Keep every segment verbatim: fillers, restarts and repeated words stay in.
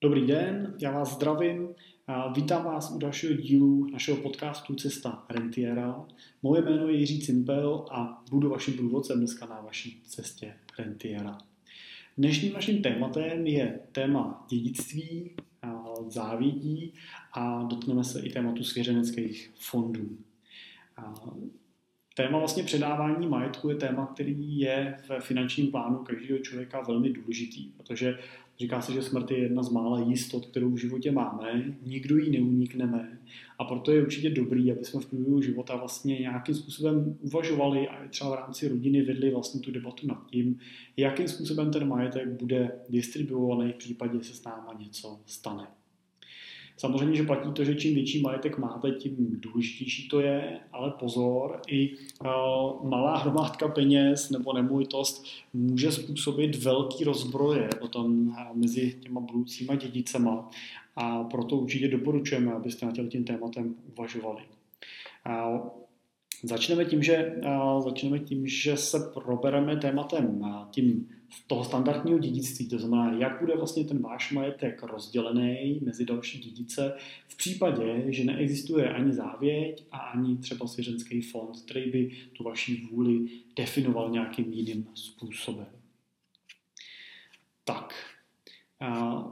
Dobrý den, já vás zdravím. Vítám vás u dalšího dílu našeho podcastu Cesta rentiera. Moje jméno je Jiří Cimpel a budu vaším průvodcem dneska na vaší cestě rentiera. Dnešním naším tématem je téma dědictví, závětí a dotkneme se i tématu svěřeneckých fondů. Téma vlastně předávání majetku je téma, který je v finančním plánu každého člověka velmi důležitý, protože říká se, že smrt je jedna z mála jistot, kterou v životě máme, nikdo ji neunikneme a proto je určitě dobrý, aby jsme v průběhu života vlastně nějakým způsobem uvažovali a třeba v rámci rodiny vedli vlastně tu debatu nad tím, jakým způsobem ten majetek bude distribuovaný v případě, že se s náma něco stane. Samozřejmě, že platí to, že čím větší majetek máte, tím důležitější to je, ale pozor, i uh, malá hromádka peněz nebo nemovitost může způsobit velký rozbroje potom uh, mezi těma budoucíma dědicema a proto určitě doporučujeme, abyste nad tím tématem uvažovali. Uh, Začneme tím, že, uh, začneme tím, že se probereme tématem uh, tím toho standardního dědictví, to znamená, jak bude vlastně ten váš majetek rozdělený mezi další dědice v případě, že neexistuje ani závěť a ani třeba svěřenský fond, který by tu vaši vůli definoval nějakým jiným způsobem. Tak, uh,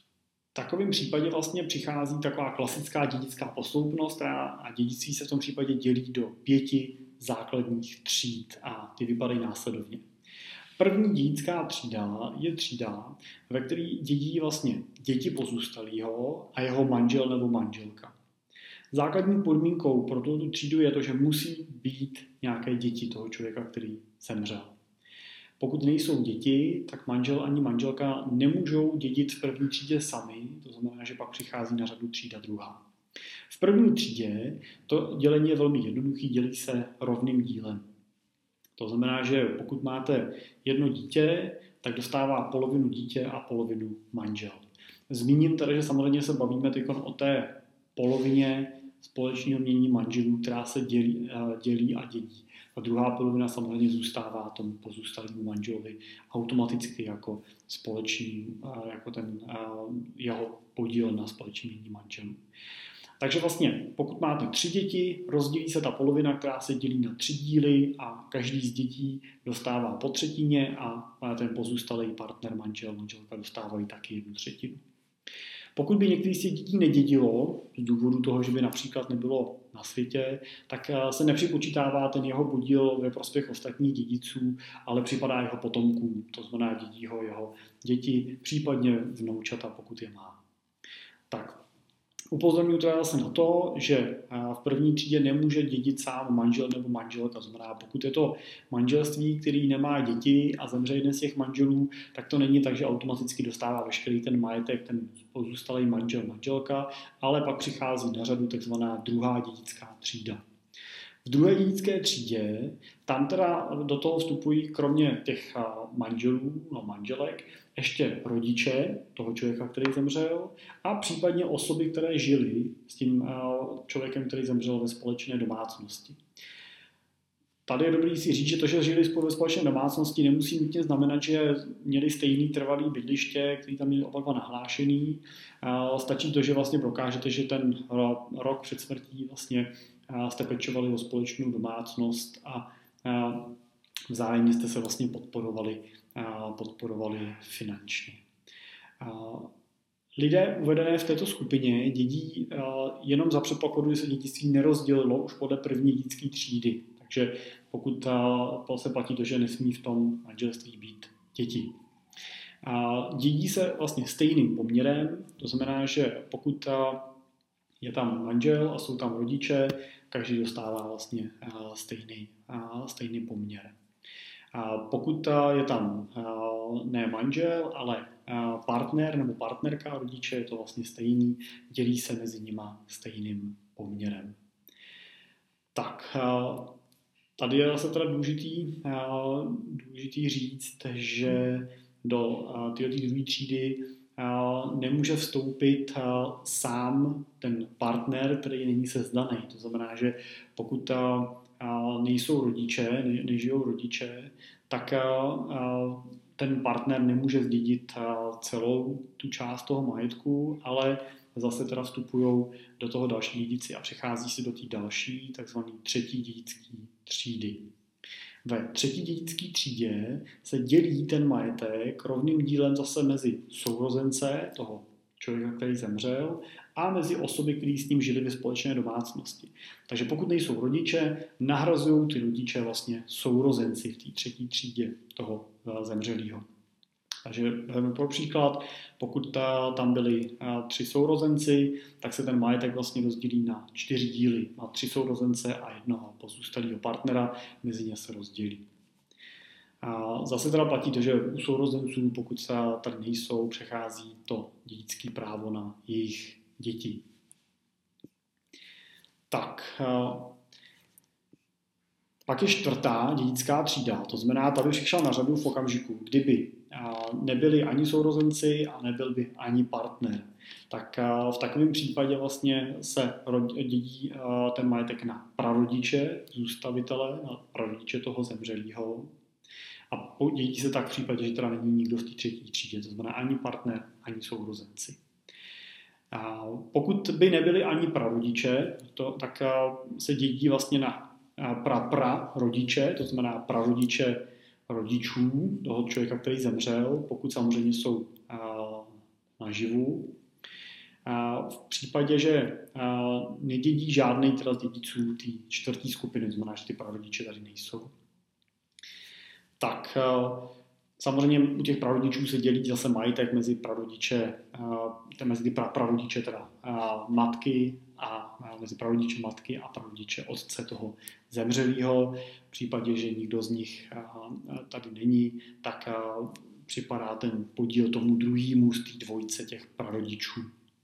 v takovém případě vlastně přichází taková klasická dědická posloupnost a dědictví se v tom případě dělí do pěti základních tříd a ty vypadají následovně. První dědická třída je třída, ve které dědí vlastně děti pozůstalého a jeho manžel nebo manželka. Základní podmínkou pro tuto třídu je to, že musí být nějaké děti toho člověka, který zemřel. Pokud nejsou děti, tak manžel ani manželka nemůžou dědit v první třídě sami, to znamená, že pak přichází na řadu třída druhá. V první třídě to dělení je velmi jednoduché, dělí se rovným dílem. To znamená, že pokud máte jedno dítě, tak dostává polovinu dítě a polovinu manžel. Zmíním tady, že samozřejmě se bavíme teď o té polovině společného mění manželů, která se dělí, dělí a dědí. A druhá polovina samozřejmě zůstává tomu pozůstalému manželovi automaticky jako společný, jako ten jeho podíl na společném mění manželů. Takže vlastně, pokud máte tři děti, rozdělí se ta polovina, která se dělí na tři díly a každý z dětí dostává po třetině a ten pozůstalý partner, manžel, manželka dostávají taky jednu třetinu. Pokud by některý z těch dětí nedědilo, z důvodu toho, že by například nebylo na světě, tak se nepřipočítává ten jeho podíl ve prospěch ostatních dědiců, ale připadá jeho potomkům, to znamená dědí ho jeho děti, případně vnoučata, pokud je má. Tak. Upozorňuji teda zase na to, že v první třídě nemůže dědit sám manžel nebo manželka. To znamená, pokud je to manželství, který nemá děti a zemře jeden z těch manželů, tak to není tak, že automaticky dostává veškerý ten majetek, ten pozůstalý manžel, manželka, ale pak přichází na řadu takzvaná druhá dědická třída. V druhé dědické třídě tam teda do toho vstupují kromě těch manželů, no manželek, ještě rodiče toho člověka, který zemřel a případně osoby, které žily s tím člověkem, který zemřel ve společné domácnosti. Tady je dobré si říct, že to, že žili ve společné domácnosti, nemusí nutně znamenat, že měli stejný trvalý bydliště, který tam měli oba dva nahlášený. Stačí to, že vlastně prokážete, že ten rok před smrtí vlastně jste pečovali o společnou domácnost a vzájemně jste se vlastně podporovali, podporovali finančně. Lidé uvedené v této skupině dědí jenom za předpokladu, že se dědictví nerozdělilo už podle první dědické třídy. Takže pokud se platí to, že nesmí v tom manželství být děti. Dědí se vlastně stejným poměrem, to znamená, že pokud je tam manžel a jsou tam rodiče, každý dostává vlastně stejný, stejný poměr. Pokud je tam ne manžel, ale partner nebo partnerka rodiče, je to vlastně stejný, dělí se mezi nima stejným poměrem. Tak, tady je zase teda důležitý, důležitý říct, že do této druhé třídy nemůže vstoupit sám ten partner, který není sezdaný. To znamená, že pokud nejsou rodiče, nežijou rodiče, tak ten partner nemůže zdědit celou tu část toho majetku, ale zase teda vstupují do toho další dědici a přechází se do té další, takzvané třetí dědické třídy. Ve třetí dědické třídě se dělí ten majetek rovným dílem zase mezi sourozence toho člověka, který zemřel, a mezi osoby, které s ním žili ve společné domácnosti. Takže pokud nejsou rodiče, nahrazují ty rodiče vlastně sourozenci v té třetí třídě toho zemřelého. Takže pro příklad, pokud ta, tam byli tři sourozenci, tak se ten majetek vlastně rozdělí na čtyři díly. Na tři sourozence a jednoho pozůstalého partnera, mezi ně se rozdělí. A zase teda platí to, že u sourozenců, pokud se tady nejsou, přechází to dědické právo na jejich děti. Tak, pak je čtvrtá dědická třída, to znamená, tady přišel na řadu v okamžiku, kdyby nebyli ani sourozenci a nebyl by ani partner. Tak v takovém případě vlastně se dědí ten majetek na prarodiče, zůstavitele, na prarodiče toho zemřelého. A dědí se tak v případě, že teda není nikdo v té třetí třídě, to znamená ani partner, ani sourozenci. A pokud by nebyli ani prarodiče, to, tak se dědí vlastně na pra-pra-rodiče, to znamená prarodiče rodičů toho člověka, který zemřel, pokud samozřejmě jsou naživu. V případě, že nedědí žádný teda z dědiců té čtvrté skupiny, to znamená, že ty prarodiče tady nejsou. Tak samozřejmě u těch prarodičů se dělí zase majetek mezi prarodiče, mezi prarodiče teda matky a mezi prarodiče matky a prarodiče otce toho zemřelého. V případě, že nikdo z nich tady není, tak připadá ten podíl tomu druhému z té dvojice těch prarodičů.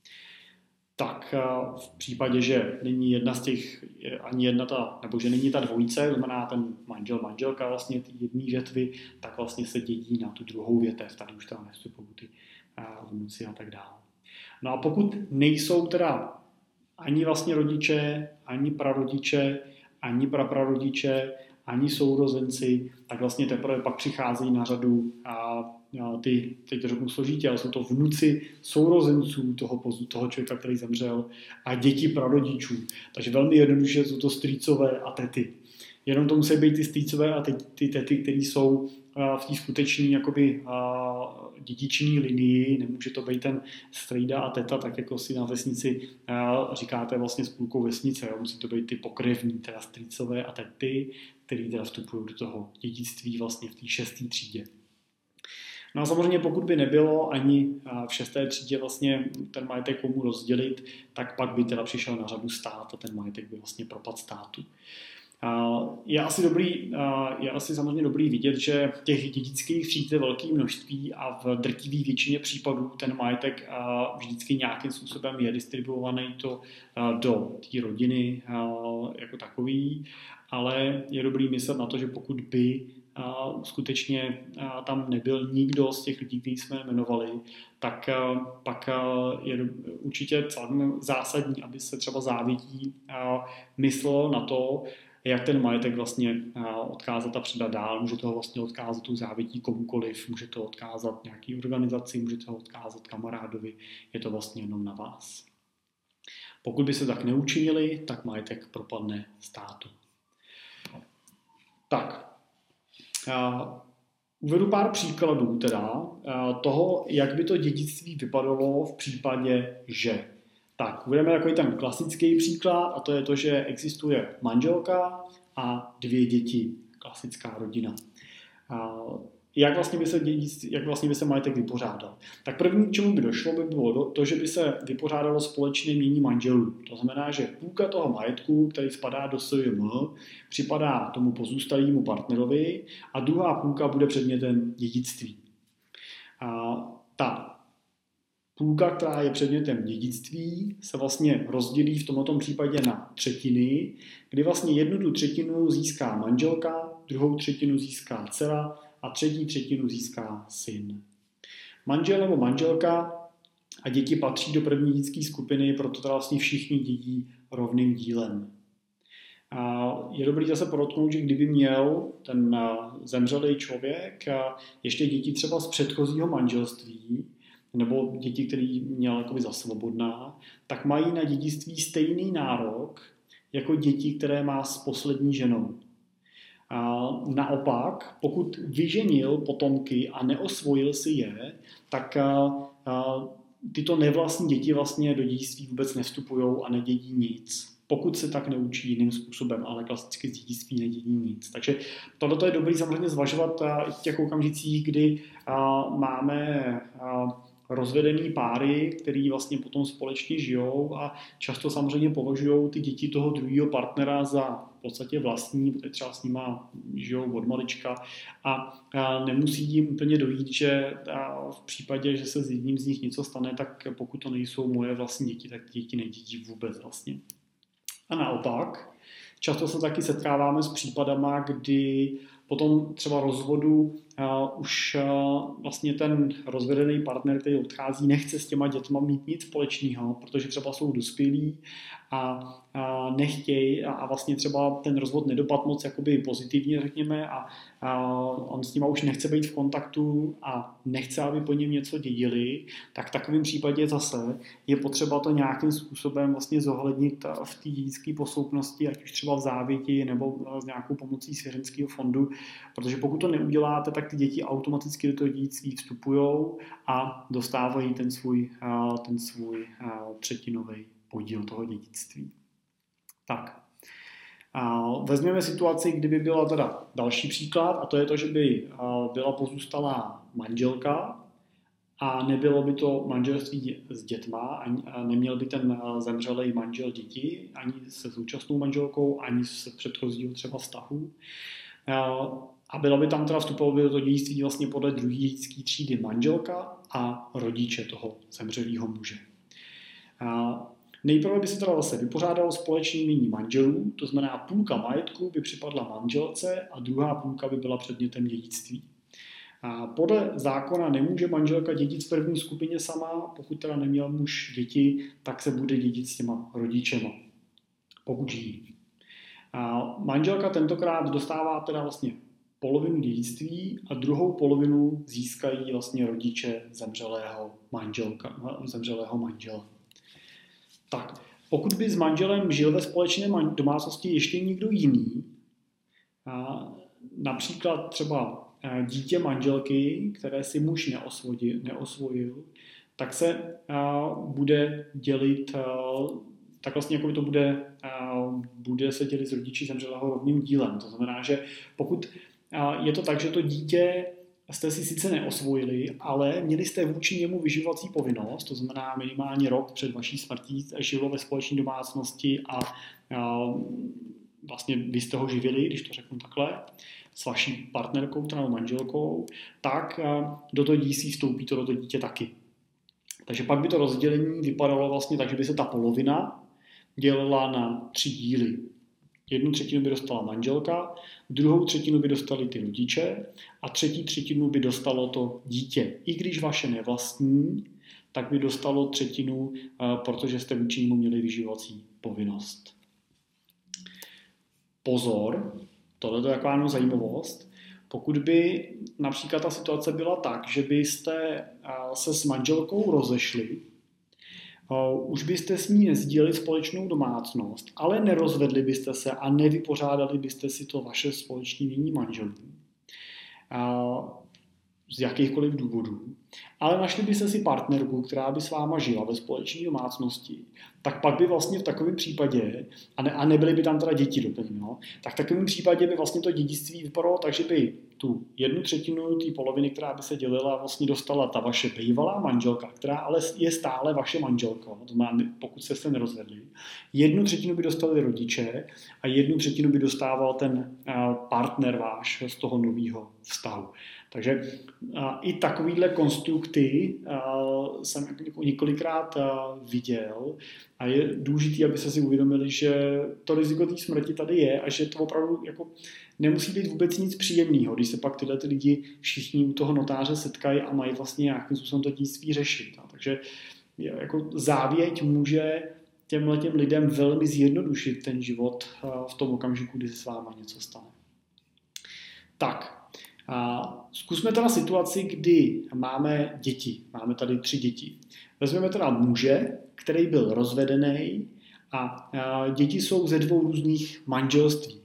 Tak v případě, že není jedna z těch, ani jedna ta, nebo že není ta dvojice, to znamená ten manžel, manželka vlastně ty jedné větvy, tak vlastně se dědí na tu druhou větev, tady už tam nevstupují ty vnuci a tak dále. No a pokud nejsou teda ani vlastně rodiče, ani prarodiče, ani praprarodiče, ani sourozenci, tak vlastně teprve pak přicházejí na řadu a ty, teď to řeknu složitě, ale jsou to vnuci sourozenců toho, toho člověka, který zemřel, a děti prarodičů. Takže velmi jednoduše jsou to strýcové a tety. Jenom to musí být ty strýcové a ty, ty tety, které jsou v té skutečné jakoby dědičné linii. Nemůže to být ten strejda a teta, tak jako si na vesnici říkáte vlastně spolkou vesnice. Jo? Musí to být ty pokrevní, teda strýcové a tety, který teda vstupují do toho dědictví vlastně v té šesté třídě. No a samozřejmě pokud by nebylo ani v šesté třídě vlastně ten majetek komu rozdělit, tak pak by teda přišel na řadu stát a ten majetek by vlastně propadl státu. Je asi, dobrý, je asi samozřejmě dobrý vidět, že těch dědických tříd je velké množství a v drtivé většině případů ten majetek vždycky nějakým způsobem je distribuovaný to do té rodiny jako takový, ale je dobrý myslet na to, že pokud by a skutečně a tam nebyl nikdo z těch lidí, který jsme jmenovali, tak a, pak a, je určitě celkem zásadní, aby se třeba závětí a, myslelo na to, jak ten majetek vlastně a, odkázat a předat dál. Může toho vlastně odkázat tu závětí komukoliv, může to odkázat nějaký organizaci, může to odkázat kamarádovi, je to vlastně jenom na vás. Pokud by se tak neučinili, tak majetek propadne státu. Tak, Uh, uvedu pár příkladů teda uh, toho, jak by to dědictví vypadalo v případě, že. Tak, uvedeme takový ten klasický příklad a to je to, že existuje manželka a dvě děti, klasická rodina. Uh, jak vlastně by se dědictví, jak vlastně by se majetek vypořádal? Tak první, k čemu by došlo, by bylo to, že by se vypořádalo společné jmění manželů. To znamená, že půlka toho majetku, který spadá do S J M, připadá tomu pozůstalému partnerovi a druhá půlka bude předmětem dědictví. A ta půlka, která je předmětem dědictví, se vlastně rozdělí v tomto případě na třetiny, kdy vlastně jednu tu třetinu získá manželka, druhou třetinu získá dcera a třetí třetinu získá syn. Manžel nebo manželka a děti patří do první dětské skupiny, proto teda vlastně všichni dědí rovným dílem. Je dobrý zase podotknout, že kdyby měl ten zemřelý člověk ještě děti třeba z předchozího manželství, nebo děti, které měl jakoby za svobodná, tak mají na dědictví stejný nárok jako děti, které má s poslední ženou. A naopak, pokud vyženil potomky a neosvojil si je, tak a, a, tyto nevlastní děti vlastně do dědictví vůbec nevstupují a nedědí nic. Pokud se tak neučí jiným způsobem, ale klasicky z dědictví nedědí nic. Takže tohle je dobrý samozřejmě zvažovat i v těch okamžicích, kdy a, máme a, rozvedený páry, který vlastně potom společně žijou a často samozřejmě považují ty děti toho druhého partnera za v podstatě vlastní, protože třeba s nima žijou od malička a, a nemusí jim úplně dojít, že v případě, že se s jedním z nich něco stane, tak pokud to nejsou moje vlastní děti, tak ty děti nedědí vůbec vlastně. A naopak, často se taky setkáváme s případama, kdy potom třeba rozvodu uh, už uh, vlastně ten rozvedený partner, který odchází, nechce s těma dětma mít nic společného, protože třeba jsou dospělí a, a nechtějí a, a vlastně třeba ten rozvod nedopad moc jakoby pozitivně, řekněme, a, a on s nima už nechce být v kontaktu a nechce, aby po něm něco dědili, tak v takovém případě zase je potřeba to nějakým způsobem vlastně zohlednit v té dědické posloupnosti, ať už třeba v závěti nebo s nějakou pomocí svěřenského fondu, protože pokud to neuděláte, tak ty děti automaticky do toho dědictví vstupujou a dostávají ten svůj, ten svůj třetinový podíl toho dědictví. Tak. Vezměme situaci, kdyby byla teda další příklad, a to je to, že by byla pozůstalá manželka a nebylo by to manželství s dětma, a neměl by ten zemřelý manžel děti, ani se současnou manželkou, ani se předchozího třeba vztahu. A byla by tam teda vstupovalo by do toho dědictví vlastně podle druhé dědické třídy manželka a rodiče toho zemřelého muže. Nejprve by se teda zase vypořádalo společné jmění manželů, to znamená půlka majetku by připadla manželce a druhá půlka by byla předmětem dědictví. A podle zákona nemůže manželka dědit v první skupině sama, pokud teda neměl muž děti, tak se bude dědit s těma rodičema, pokud žijí. A manželka tentokrát dostává teda vlastně polovinu dědictví a druhou polovinu získají vlastně rodiče zemřelého manželka, zemřelého manžela. Tak, pokud by s manželem žil ve společné domácnosti ještě někdo jiný, a například třeba dítě manželky, které si muž neosvojil, neosvojil tak se a, bude dělit, a, tak vlastně jako by to bude, a, bude se dělit s rodiči zemřelého rovným dílem. To znamená, že pokud a, je to tak, že to dítě jste si sice neosvojili, ale měli jste vůči němu vyživovací povinnost, to znamená minimálně rok před vaší smrtí žilo ve společné domácnosti a, a vlastně vy jste ho živili, když to řeknu takhle, s vaší partnerkou, nebo manželkou, tak do toho dědictví vstoupí to do toho dítě taky. Takže pak by to rozdělení vypadalo vlastně tak, že by se ta polovina dělila na tři díly. Jednu třetinu by dostala manželka, druhou třetinu by dostali ty rodiče a třetí třetinu by dostalo to dítě. I když vaše nevlastní, tak by dostalo třetinu, protože jste vůči němu měli vyživovací povinnost. Pozor, tohle je taková zajímavost. Pokud by například ta situace byla tak, že byste se s manželkou rozešli, už byste s ní nesdíleli společnou domácnost, ale nerozvedli byste se a nevypořádali byste si to vaše společné jmění manželů z jakýchkoliv důvodů, ale našli byste si partnerku, která by s váma žila ve společné domácnosti, tak pak by vlastně v takovém případě, a, ne, a nebyly by tam teda děti doplněny, no, tak v takovém případě by vlastně to dědictví vypadalo tak, že by tu jednu třetinu té poloviny, která by se dělila, vlastně dostala ta vaše bývalá manželka, která ale je stále vaše manželka, to má, pokud jste se nerozvedli. Jednu třetinu by dostali rodiče a jednu třetinu by dostával ten partner váš z toho nového vztahu. Takže a, i takovýhle konstrukty a, jsem několikrát a, viděl a je důležité, aby se si uvědomili, že to riziko té smrti tady je a že to opravdu jako nemusí být vůbec nic příjemného, když se pak tyhle ty lidi všichni u toho notáře setkají a mají vlastně nějakým způsobem to dědictví řešit. A takže jako závěť může těmhle těm lidem velmi zjednodušit ten život v tom okamžiku, kdy se s váma něco stane. Tak, a zkusme teda situaci, kdy máme děti. Máme tady tři děti. Vezmeme teda muže, který byl rozvedený a děti jsou ze dvou různých manželství.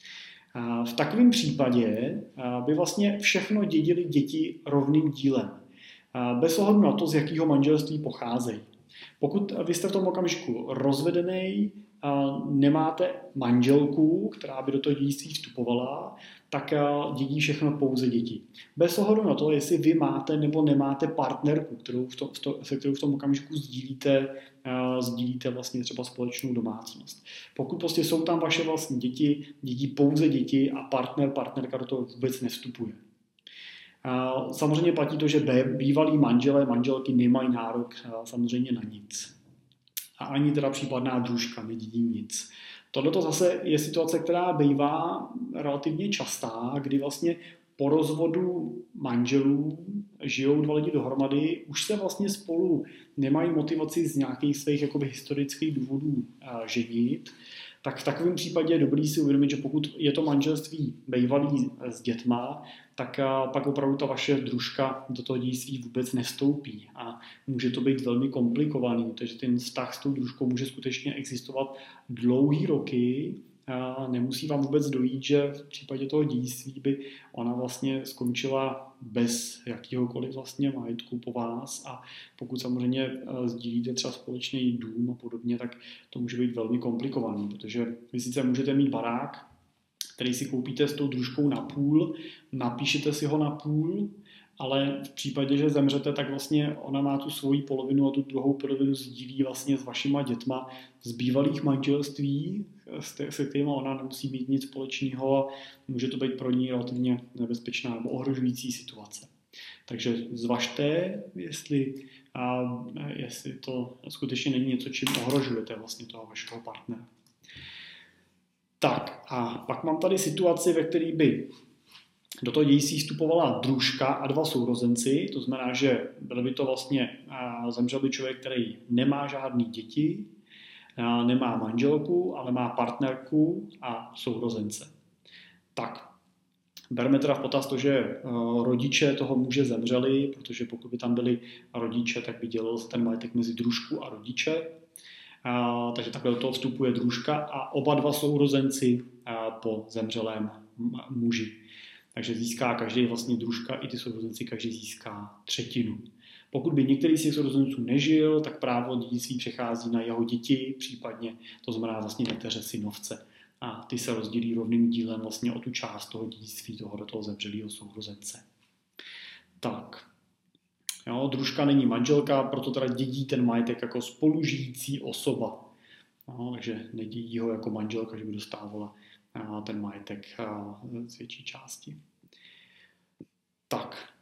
A v takovém případě by vlastně všechno dědili děti rovným dílem. Bez ohledu na to, z jakého manželství pocházejí. Pokud vy jste v tom okamžiku rozvedený, nemáte manželku, která by do toho dědictví vstupovala, tak dědí všechno pouze děti. Bez ohledu na to, jestli vy máte nebo nemáte partnerku, kterou v tom, se kterou v tom okamžiku sdílíte, sdílíte vlastně třeba společnou domácnost. Pokud prostě jsou tam vaše vlastní děti, dědí pouze děti a partner, partnerka do toho vůbec nevstupuje. Samozřejmě platí to, že bývalí manželé, manželky nemají nárok samozřejmě na nic. A ani teda případná družka nedědí nic. Tohle zase je situace, která bývá relativně častá, kdy vlastně po rozvodu manželů žijou dva lidi dohromady, už se vlastně spolu nemají motivaci z nějakých svých jakoby historických důvodů ženit, tak v takovém případě je dobrý si uvědomit, že pokud je to manželství bývalý s dětma, tak pak opravdu ta vaše družka do toho dědictví vůbec nevstoupí a může to být velmi komplikovaný, takže ten vztah s tou družkou může skutečně existovat dlouhý roky. A nemusí vám vůbec dojít, že v případě toho dědictví by ona vlastně skončila bez jakýhokoliv vlastně majetku po vás a pokud samozřejmě sdílíte třeba společný dům a podobně, tak to může být velmi komplikovaný, protože vy sice můžete mít barák, který si koupíte s tou družkou na půl, napíšete si ho na půl, ale v případě, že zemřete, tak vlastně ona má tu svoji polovinu a tu druhou polovinu sdílí vlastně s vašima dětma z bývalých manželství, se kterými ona nemusí mít nic společného a může to být pro ní relativně nebezpečná nebo ohrožující situace. Takže zvažte, jestli, a, jestli to skutečně není něco, čím ohrožujete vlastně toho vašeho partnera. Tak a pak mám tady situaci, ve které by do toho dějství vstupovala družka a dva sourozenci, to znamená, že byl by to vlastně zemřel by člověk, který nemá žádný děti, nemá manželku, ale má partnerku a sourozence. Tak, berme teda v potaz to, že rodiče toho muže zemřeli, protože pokud by tam byli rodiče, tak by dělil se ten majetek mezi družku a rodiče. A, takže takhle do toho vstupuje družka a oba dva sourozenci a, po zemřelém muži. Takže získá každý vlastně družka i ty sourozenci, každý získá třetinu. Pokud by některý z těch sourozenců nežil, tak právo dědictví přechází na jeho děti, případně to znamená vlastně neteře synovce. A ty se rozdělí rovným dílem vlastně o tu část toho dědictví toho do toho zemřelého sourozence. Tak. Jo, družka není manželka, proto teda dědí ten majetek jako spolužijící osoba. No, takže nedědí ho jako manželka, že by dostávala ten majetek z větší části. Tak.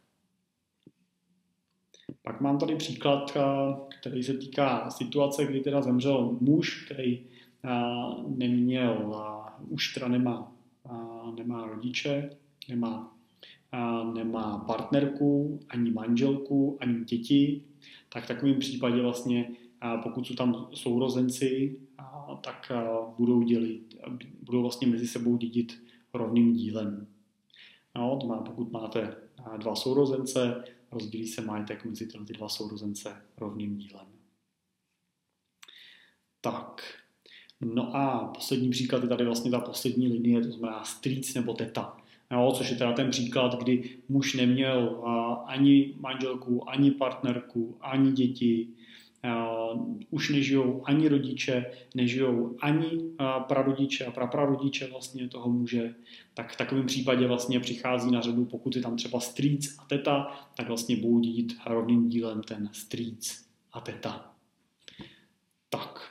Pak mám tady příklad, který se týká situace, kdy teda zemřel muž, který neměl, už teda nemá, nemá rodiče, nemá nemá partnerku, ani manželku, ani děti, tak v takovém případě vlastně, pokud jsou tam sourozenci, tak budou, dělit, budou vlastně mezi sebou dědit rovným dílem. No, to má, pokud máte dva sourozence, rozdělí se majetek mezi ty dva sourozence rovným dílem. Tak, no a poslední příklad je tady vlastně ta poslední linie, to znamená strýc nebo teta. Jo, což je teda ten příklad, kdy muž neměl uh, ani manželku, ani partnerku, ani děti, uh, už nežijou ani rodiče, nežijou ani uh, prarodiče a praprarodiče vlastně toho muže, tak v takovém případě vlastně přichází na řadu, pokud je tam třeba strýc a teta, tak vlastně budou dědit rovným dílem ten strýc a teta. Tak.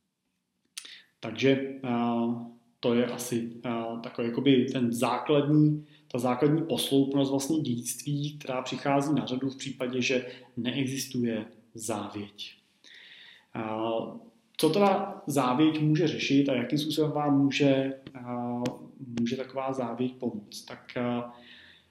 Takže uh, to je asi uh, takový jakoby ten základní, ta základní posloupnost vlastně dědictví, která přichází na řadu v případě, že neexistuje závěť. Uh, co teda závěť může řešit a jakým způsobem vám může, uh, může taková závěť pomoct? Tak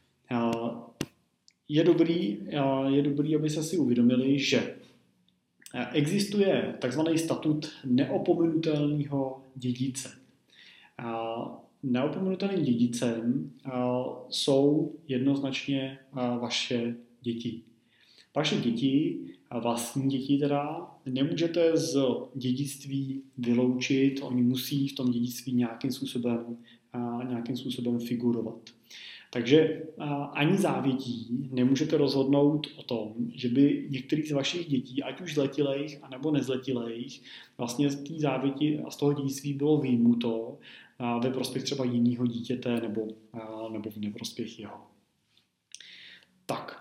uh, je dobrý, uh, je dobrý, aby se si uvědomili, že Existuje takzvaný statut neopomenutelného dědice. Neopomenutelným dědicem jsou jednoznačně vaše děti. Vaše děti, vlastní děti teda, nemůžete z dědictví vyloučit, oni musí v tom dědictví nějakým způsobem, nějakým způsobem figurovat. Takže ani závětí nemůžete rozhodnout o tom, že by některý z vašich dětí, ať už zletilejch, anebo nezletilejch, vlastně z té závěti a z toho dědictví bylo vyjmuto ve prospěch třeba jiného dítěte nebo, nebo v neprospěch jeho. Tak,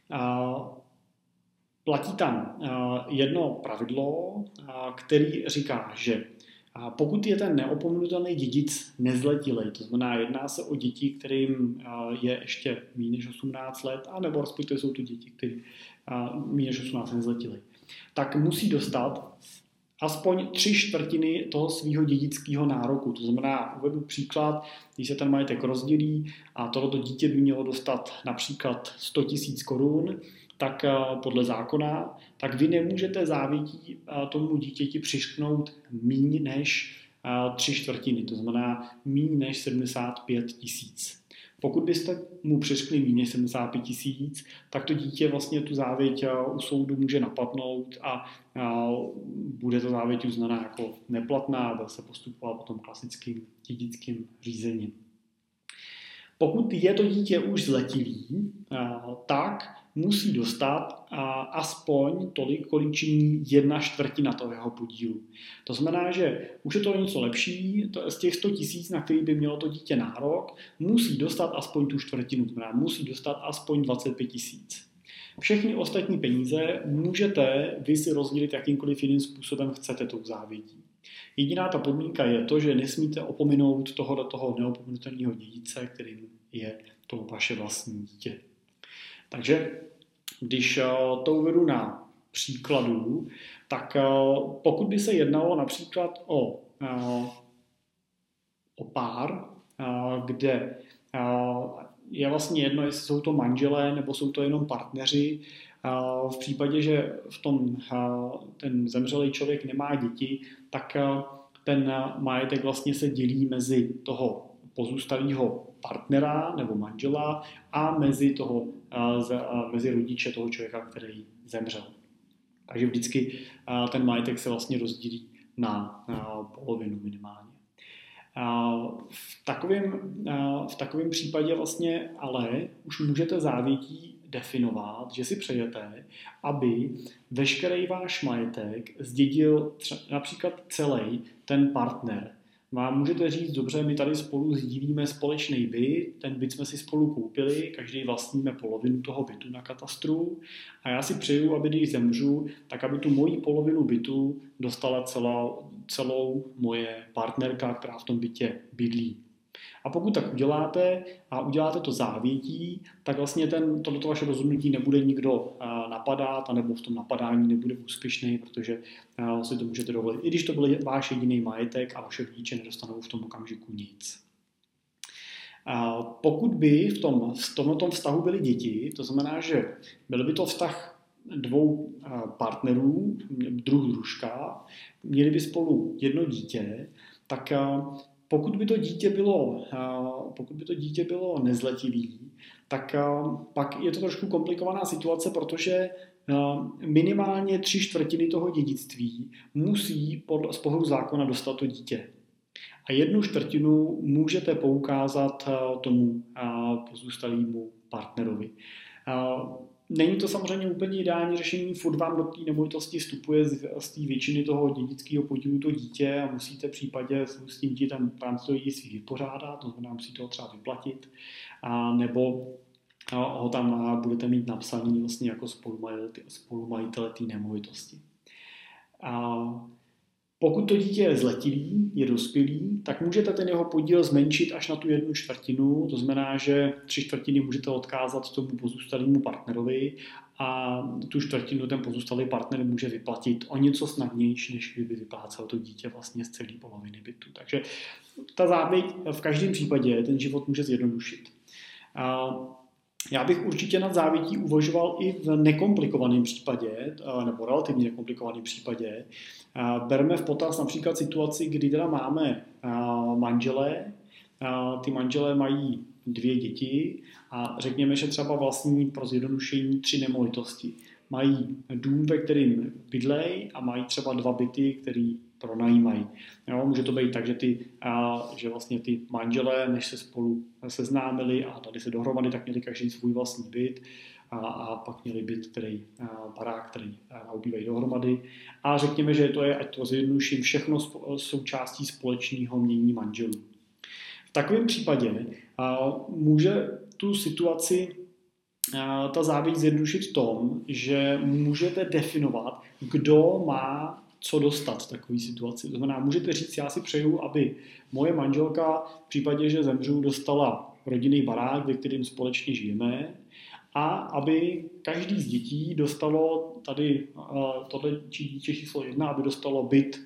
platí tam jedno pravidlo, který říká, že pokud je ten neopomenutelný dědic nezletilej, to znamená, jedná se o děti, kterým je ještě méně než osmnáct let, anebo respektive jsou to děti, které méně než osmnáct nezletilej, tak musí dostat aspoň tři čtvrtiny toho svého dědického nároku. To znamená, uvedu příklad, když se ten majetek rozdělí a tohoto dítě by mělo dostat například sto tisíc korun, tak podle zákona, tak vy nemůžete závětí tomu dítěti přišknout míň než tři čtvrtiny, to znamená míň než sedmdesát pět tisíc. Pokud byste mu přiškli míň než sedmdesát pět tisíc, tak to dítě vlastně tu závěť u soudu může napadnout a bude to závěť uznaná jako neplatná a bude se postupovat potom klasickým dědickým řízením. Pokud je to dítě už zletilý, tak musí dostat aspoň tolik, kolik činí jedna čtvrtina toho jeho podílu. To znamená, že už je to něco lepší, to z těch sto tisíc, na který by mělo to dítě nárok, musí dostat aspoň tu čtvrtinu, to znamená, musí dostat aspoň dvacet pět tisíc. Všechny ostatní peníze můžete vy si rozdělit jakýmkoliv jiným způsobem chcete tou závětí. Jediná ta podmínka je to, že nesmíte opominout toho do toho neopomenutelného dědice, kterým je to vaše vlastní dítě. Takže když to uvedu na příkladu, tak pokud by se jednalo například o, o pár, kde je vlastně jedno, jestli jsou to manželé nebo jsou to jenom partneři, v případě, že v tom ten zemřelý člověk nemá děti, tak ten majetek vlastně se dělí mezi toho pozůstalého partnera nebo manžela a mezi, toho, mezi rodiče toho člověka, který zemřel. Takže vždycky ten majetek se vlastně rozdělí na polovinu minimálně. V takovém, v takovém případě vlastně ale už můžete závětí definovat, že si přejete, aby veškerý váš majetek zdědil tře- například celý ten partner. Vám můžete říct, dobře, my tady spolu sdílíme společný byt, ten byt jsme si spolu koupili, každý vlastníme polovinu toho bytu na katastru a já si přeju, aby když zemřu, tak aby tu moji polovinu bytu dostala celá, celou moje partnerka, která v tom bytě bydlí. A pokud tak uděláte a uděláte to závětí, tak vlastně ten, tohleto vaše rozhodnutí nebude nikdo napadat, anebo v tom napadání nebude úspěšný, protože si to můžete dovolit, i když to byl váš jediný majetek a vaše rodiče nedostanou v tom okamžiku nic. Pokud by v, tom, v tomto vztahu byly děti, to znamená, že byl by to vztah dvou partnerů, druh družka, měli by spolu jedno dítě, tak Pokud by to dítě bylo, pokud by to dítě bylo nezletilý, tak pak je to trošku komplikovaná situace, protože minimálně tři čtvrtiny toho dědictví musí z pohledu zákona dostat to dítě. A jednu čtvrtinu můžete poukázat tomu pozůstalému partnerovi. Není to samozřejmě úplně ideální řešení, furt vám do té nemovitosti vstupuje z té většiny toho dědického podílu to dítě a musíte v případě s tím dítětem v rámci toho dědictví vypořádat, to znamená, musíte ho třeba vyplatit, a nebo ho tam budete mít napsaný vlastně jako spolumajitele té nemovitosti. A pokud to dítě je zletilý, je dospělý, tak můžete ten jeho podíl zmenšit až na tu jednu čtvrtinu, to znamená, že tři čtvrtiny můžete odkázat tomu pozůstalému partnerovi a tu čtvrtinu ten pozůstalý partner může vyplatit o něco snadnější, než kdyby vyplácel to dítě vlastně z celé poloviny bytu. Takže ta závěť v každém případě ten život může zjednodušit. Já bych určitě nad závětí uvažoval i v nekomplikovaném případě, nebo relativně nekomplikovaném případě. Berme v potaz například situaci, kdy teda máme manželé, ty manželé mají dvě děti a řekněme, že třeba vlastní pro zjednodušení tři nemovitosti. Mají dům, ve kterým bydlejí a mají třeba dva byty, který pronajímají. Jo, může to být tak, že, ty, a, že vlastně ty manželé, než se spolu seznámili a dali se dohromady, tak měli každý svůj vlastní byt a, a pak měli byt, který, a, barák, který obývají dohromady. A řekněme, že to je, ať to zjednoduším, všechno součástí společného mění manželů. V takovém případě a, může tu situaci a, ta závěť zjednodušit v tom, že můžete definovat, kdo má co dostat v takové situaci. To znamená, můžete říct, já si přeju, aby moje manželka v případě, že zemřu, dostala rodinný barák, ve kterým společně žijeme a aby každý z dětí dostalo tady tohle dítě číslo jedna, aby dostalo byt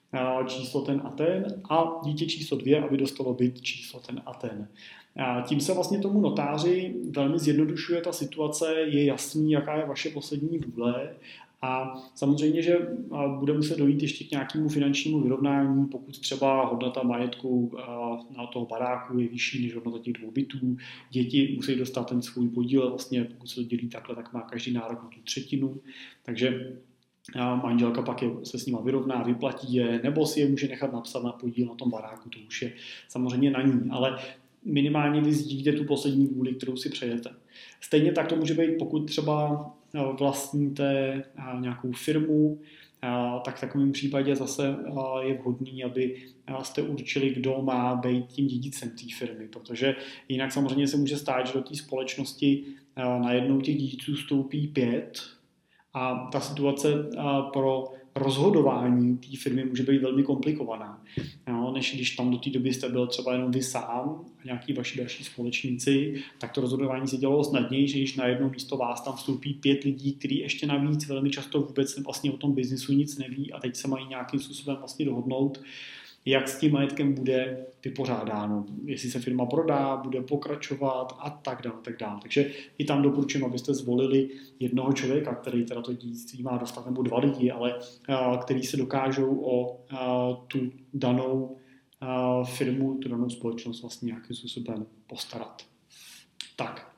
číslo ten a ten a dítě číslo dvě, aby dostalo byt číslo ten a ten. A tím se vlastně tomu notáři velmi zjednodušuje ta situace, je jasný, jaká je vaše poslední vůle. A samozřejmě, že bude muset dojít ještě k nějakému finančnímu vyrovnání, pokud třeba hodnota majetku na toho baráku je vyšší než hodnota těch dvou bytů. Děti musí dostat ten svůj podíl, vlastně pokud se to dělí takhle, tak má každý nárok na tu třetinu. Takže manželka pak je, se s nima vyrovná, vyplatí je, nebo si je může nechat napsat na podíl na tom baráku, to už je samozřejmě na ní. Ale minimálně vy sdílíte tu poslední vůli, kterou si přejete. Stejně tak to může být, pokud třeba vlastníte nějakou firmu, tak v takovém případě zase je vhodný, aby jste určili, kdo má být tím dědicem té firmy, protože jinak samozřejmě se může stát, že do té společnosti najednou těch dědiců vstoupí pět a ta situace pro rozhodování té firmy může být velmi komplikovaná. No, než když tam do té doby jste byl třeba jenom vy sám a nějaký vaši další společníci, tak to rozhodování se dělalo snadněji, že když na jedno místo vás tam vstoupí pět lidí, kteří ještě navíc velmi často vůbec vlastně o tom biznisu nic neví a teď se mají nějakým způsobem vlastně dohodnout, jak s tím majetkem bude vypořádáno, jestli se firma prodá, bude pokračovat a tak dále, tak dále. Takže i tam doporučím, abyste zvolili jednoho člověka, který teda to dědictví má dostat, nebo dva lidi, ale který se dokážou o tu danou firmu, tu danou společnost vlastně nějakým způsobem postarat. Tak.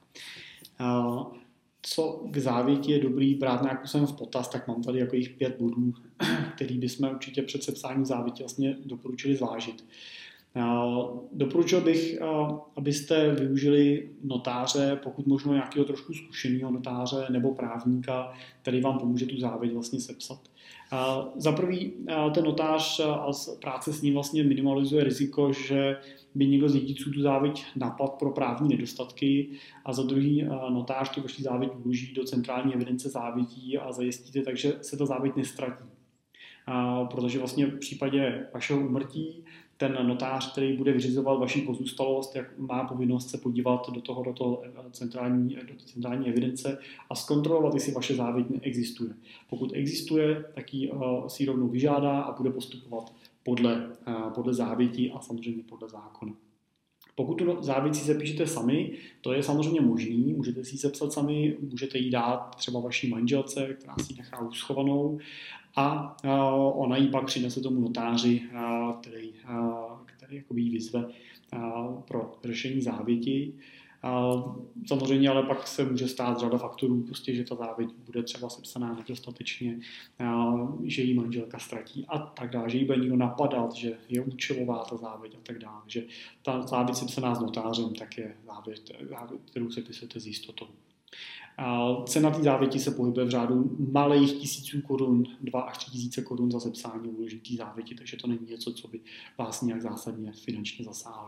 Co k závěti je dobrý brát nějakou jsem v potaz, tak mám tady jako jich pět bodů, který bychom určitě před sepsáním závěti vlastně doporučili zvážit. Doporučil bych, abyste využili notáře, pokud možno nějakého trošku zkušeného notáře nebo právníka, který vám pomůže tu závěť vlastně sepsat. Za prvý, ten notář a práce s ním vlastně minimalizuje riziko, že by někdo z dědiců tu závěť napad pro právní nedostatky a za druhý notář tu vaši závěť vloží do centrální evidence závětí a zajistíte, takže se ta závěť nestratí. Protože vlastně v případě vašeho úmrtí ten notář, který bude vyřizovat vaši pozůstalost, jak má povinnost se podívat do toho, do toho centrální, do centrální evidence a zkontrolovat, jestli vaše závěť neexistuje. Pokud existuje, tak ji uh, si rovnou vyžádá a bude postupovat podle, uh, podle závětí a samozřejmě podle zákona. Pokud tu závěť si sepíšete sami, to je samozřejmě možný, můžete si ji sepsat sami, můžete ji dát třeba vaší manželce, která si ji nechá uschovanou a uh, ona ji pak přinese tomu notáři, uh, který, uh, který jakoby ji vyzve uh, pro řešení závěti. Uh, samozřejmě ale pak se může stát řada faktorů, prostě, že ta závěť bude třeba sepsaná nedostatečně, uh, že ji manželka ztratí a tak dále, že ji bude někdo napadat, že je účelová ta závěť a tak dále. Že ta závěť sepsaná s notářem, tak je závěť, závěť kterou sepisujete s jistotou. Cena té závěti se pohybuje v řádu malých tisíců korun, dva až tři tisíce korun za sepsání uložitý závěti, takže to není něco, co by vás nějak zásadně finančně zasáhlo.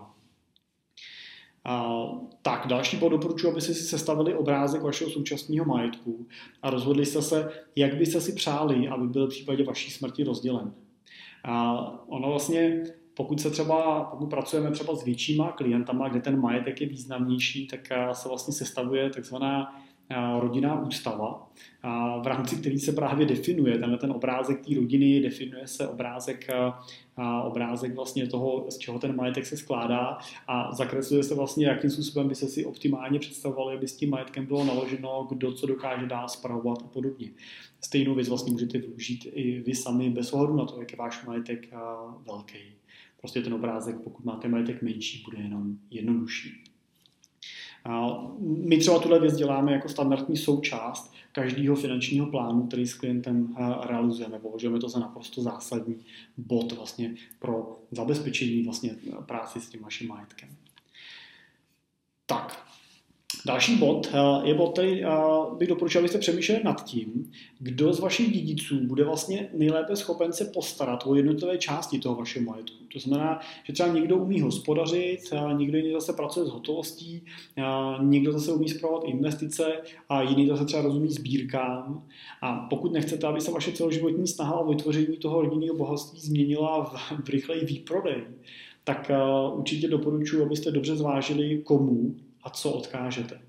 Tak, další bod doporučuji, abyste si sestavili obrázek vašeho současného majetku a rozhodli jste se, jak byste si přáli, aby byl v případě vaší smrti rozdělen. Ono vlastně, pokud se třeba, pokud pracujeme třeba s většíma klientama, kde ten majetek je významnější, tak se vlastně sestavuje takzvaná rodinná ústava, v rámci který se právě definuje tenhle ten obrázek té rodiny, definuje se obrázek, obrázek vlastně toho, z čeho ten majetek se skládá a zakresluje se vlastně, jakým způsobem by se si optimálně představovali, aby s tím majetkem bylo naloženo, kdo co dokáže dál spravovat a podobně. Stejnou věc vlastně můžete využít i vy sami bez ohledu na to, jak je váš majetek velký. Prostě ten obrázek, pokud máte majetek menší, bude jenom jednodušší. My třeba tuhle věc děláme jako standardní součást každého finančního plánu, který s klientem realizujeme. Považujeme to za naprosto zásadní bod vlastně pro zabezpečení vlastně práci s tím vaším majetkem. Tak, další bod je bod, který bych doporučil, abyste přemýšleli nad tím, kdo z vašich dědiců bude vlastně nejlépe schopen se postarat o jednotlivé části toho vašeho majetku. To znamená, že třeba někdo umí hospodařit, někdo jiný zase pracuje s hotovostí, někdo zase umí spravovat investice a jiný zase třeba rozumí sbírkám. A pokud nechcete, aby se vaše celoživotní snaha o vytvoření toho rodinného bohatství změnila v, v rychlej výprodej, tak určitě doporučuji, abyste dobře zvážili, komu a co odkážete.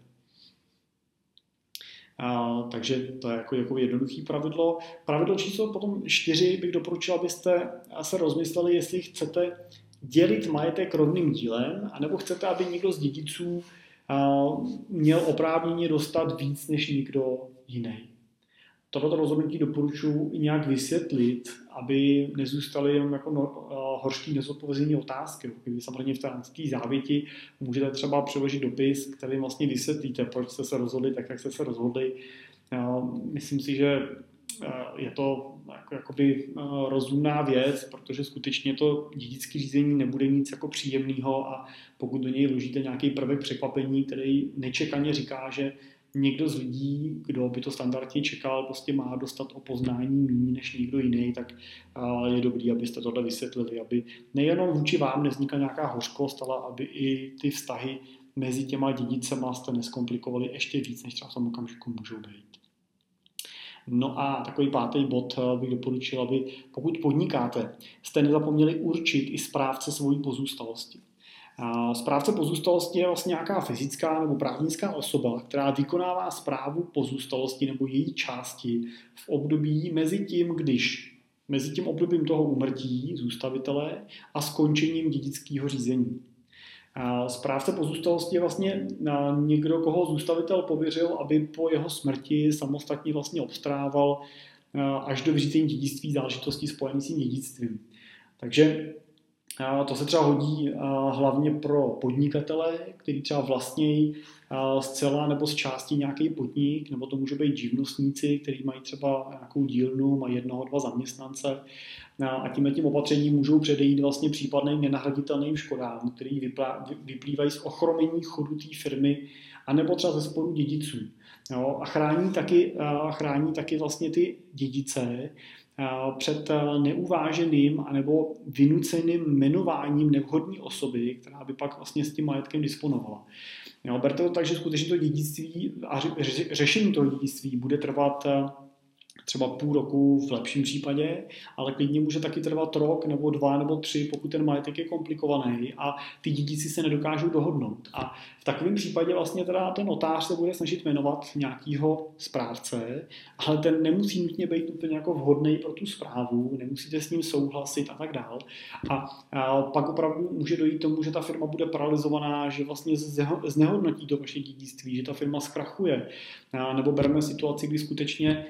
A, takže to je jako, jako jednoduché pravidlo. Pravidlo číslo potom čtyři bych doporučil, abyste se rozmysleli, jestli chcete dělit majetek rovným dílem, anebo chcete, aby někdo z dědiců a, měl oprávnění dostat víc než někdo jiný. Toto rozhodnutí doporučuji i nějak vysvětlit, aby nezůstaly jenom jako no, horší nezodpovězené otázky. Vy samozřejmě v té závěti můžete třeba přeložit dopis, který vlastně vysvětlíte, proč jste se rozhodli tak, jak jste se rozhodli. Myslím si, že je to jako, jakoby rozumná věc, protože skutečně to dědické řízení nebude nic jako příjemného a pokud do něj vložíte nějaký prvek překvapení, který nečekaně říká, že někdo z lidí, kdo by to standardně čekal, prostě má dostat o poznání méně než někdo jiný, tak je dobrý, abyste tohle vysvětlili, aby nejenom vůči vám nevznikla nějaká hořkost, ale aby i ty vztahy mezi těma dědicema jste neskomplikovali ještě víc, než třeba v tom okamžiku můžou být. No a takový pátý bod bych doporučil, aby pokud podnikáte, jste nezapomněli určit i správce svojí pozůstalosti. Správce pozůstalosti je vlastně nějaká fyzická nebo právnická osoba, která vykonává správu pozůstalosti nebo její části v období mezi tím, když mezi tím obdobím toho úmrtí zůstavitele a skončením dědického řízení. Správce pozůstalosti je vlastně někdo, koho zůstavitel pověřil, aby po jeho smrti samostatně vlastně obstarával až do vyřízení dědictví záležitostí spojených s tím dědictvím. Takže to se třeba hodí hlavně pro podnikatele, kteří třeba vlastnějí zcela nebo z části nějaký podnik, nebo to může být živnostníci, kteří mají třeba nějakou dílnu, mají jednoho, dva zaměstnance a tím tím opatřením můžou předejít vlastně případným nenahraditelným škodám, který vyplývají z ochromení chodu té firmy anebo třeba ze sporu dědiců. Jo, a chrání taky, chrání taky vlastně ty dědice před neuváženým anebo vynuceným jmenováním nevhodné osoby, která by pak vlastně s tím majetkem disponovala. Jo, berte to tak, že skutečně to dědictví a řešení toho dědictví bude trvat třeba půl roku v lepším případě, ale klidně může taky trvat rok nebo dva nebo tři, pokud ten majetek je komplikovaný a ty dědici se nedokážou dohodnout. A v takovém případě vlastně teda ten notář se bude snažit jmenovat nějakého správce, ale ten nemusí nutně být úplně jako vhodný pro tu správu, nemusíte s ním souhlasit a tak dál. A, a pak opravdu může dojít tomu, že ta firma bude paralizovaná, že vlastně znehodnotí to vaše dědictví, že ta firma zkrachuje. A nebo bereme situaci, kdy skutečně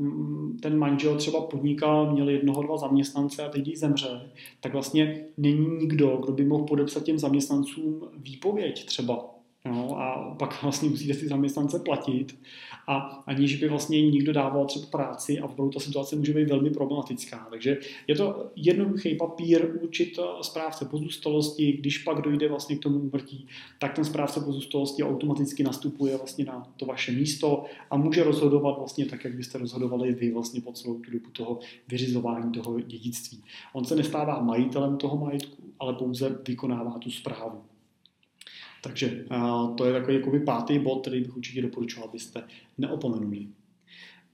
ten manžel třeba podnikal, měl jednoho, dva zaměstnance a teď když zemře, tak vlastně není nikdo, kdo by mohl podepsat těm zaměstnancům výpověď třeba. No, a pak vlastně musíte ty zaměstnance platit a aniž by vlastně jim nikdo dával třeba práci a opravdu ta situace může být velmi problematická. Takže je to jednoduchý papír určit správce pozůstalosti, když pak dojde vlastně k tomu úmrtí, tak ten správce pozůstalosti automaticky nastupuje vlastně na to vaše místo a může rozhodovat vlastně tak, jak byste rozhodovali vy vlastně po celou tu dobu toho vyřizování toho dědictví. On se nestává majitelem toho majetku, ale pouze vykonává tu správu. Takže to je takový jakoby pátý bod, který bych určitě doporučoval, abyste neopomenuli.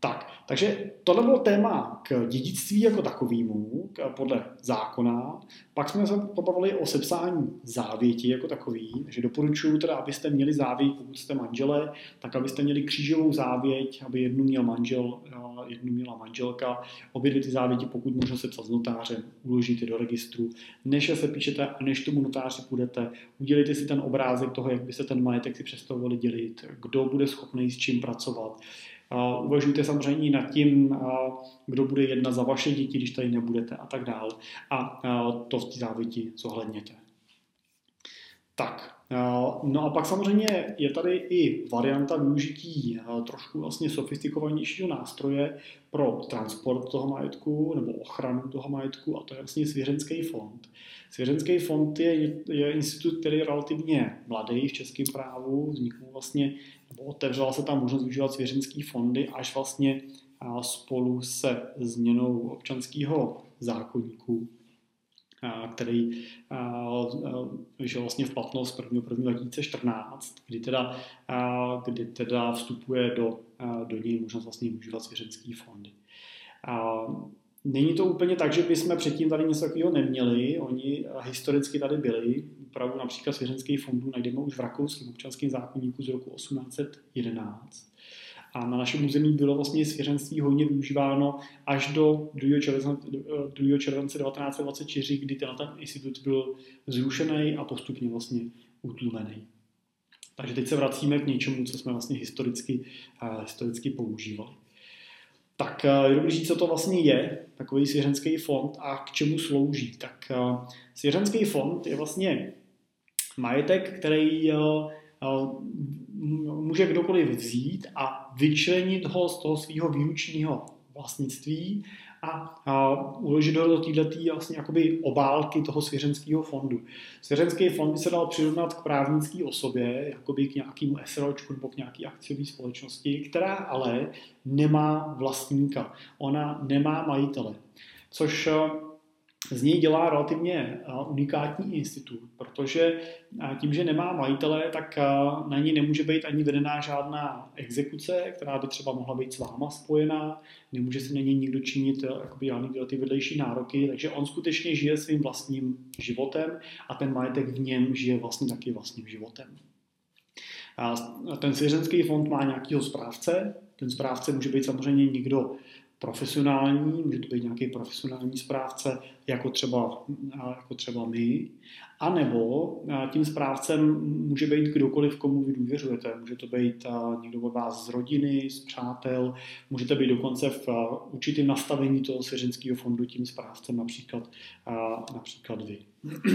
Tak, takže tohle bylo téma k dědictví jako takovému, podle zákona. Pak jsme se pobavili o sepsání závěti jako takový, takže doporučuji teda, abyste měli závěť, pokud jste manželé, tak abyste měli křížovou závěť, aby jednu měl manžel, jednu měla manželka, obě dvě ty závěti, pokud možno sepsat s notářem, uložíte do registru, než se píšete a než tomu notáři půjdete, udělejte si ten obrázek toho, jak by se ten majetek si představovali dělit, kdo bude schopný s čím pracovat. Uh, uvažujte samozřejmě nad tím, uh, kdo bude jedna za vaše děti, když tady nebudete a tak dál. A uh, to v té závěti zohledněte. Tak, uh, no a pak samozřejmě je tady i varianta využití uh, trošku vlastně sofistikovanějšího nástroje pro transport toho majetku nebo ochranu toho majetku, a to je vlastně svěřenský fond. Svěřenský fond je, je institut, který je relativně mladý v českém právu, vznikl vlastně, nebo otevřela se tam možnost využívat svěřenský fondy až vlastně spolu se změnou občanského zákoníku, který vyšel vlastně v platnost prvního prvního dva tisíce čtrnáct, kdy teda, kdy teda vstupuje do, do něj možnost vlastně využívat svěřenský fondy. Není to úplně tak, že bychom předtím tady něco takového neměli. Oni historicky tady byli. Úpravu například svěřenských fondů najdeme už v rakouském občanském zákoníku z roku osmnáct set jedenáct. A na našem území bylo vlastně svěřenství hodně využíváno až do druhého července devatenáct set dvacet čtyři, kdy ten institut byl zrušený a postupně vlastně utlumený. Takže teď se vracíme k něčemu, co jsme vlastně historicky, historicky používali. Tak je dobrý říct, co to vlastně je, takový svěřenský fond a k čemu slouží. Tak svěřenský fond je vlastně majetek, který může kdokoliv vzít a vyčlenit ho z toho svého výlučného vlastnictví a, a uložit ho do této vlastně jakoby obálky toho svěřenského fondu. Svěřenský fond by se dal přirovnat k právnické osobě, jakoby k nějakému SROčku nebo k nějaké akciové společnosti, která ale nemá vlastníka. Ona nemá majitele, což z něj dělá relativně unikátní institut, protože tím, že nemá majitele, tak na ní nemůže být ani vedená žádná exekuce, která by třeba mohla být s váma spojená, nemůže se na něj nikdo činit jakoby žádný ty vedlejší nároky, takže on skutečně žije svým vlastním životem a ten majetek v něm žije vlastně taky vlastním životem. A ten svěřenský fond má nějakého správce, ten správce může být samozřejmě někdo profesionální, může to být nějaký profesionální správce, jako třeba, jako třeba my, anebo tím správcem může být kdokoliv, komu vy důvěřujete. Může to být někdo od vás z rodiny, z přátel, můžete být dokonce v určitém nastavení toho svěřenského fondu tím správcem, například, například vy.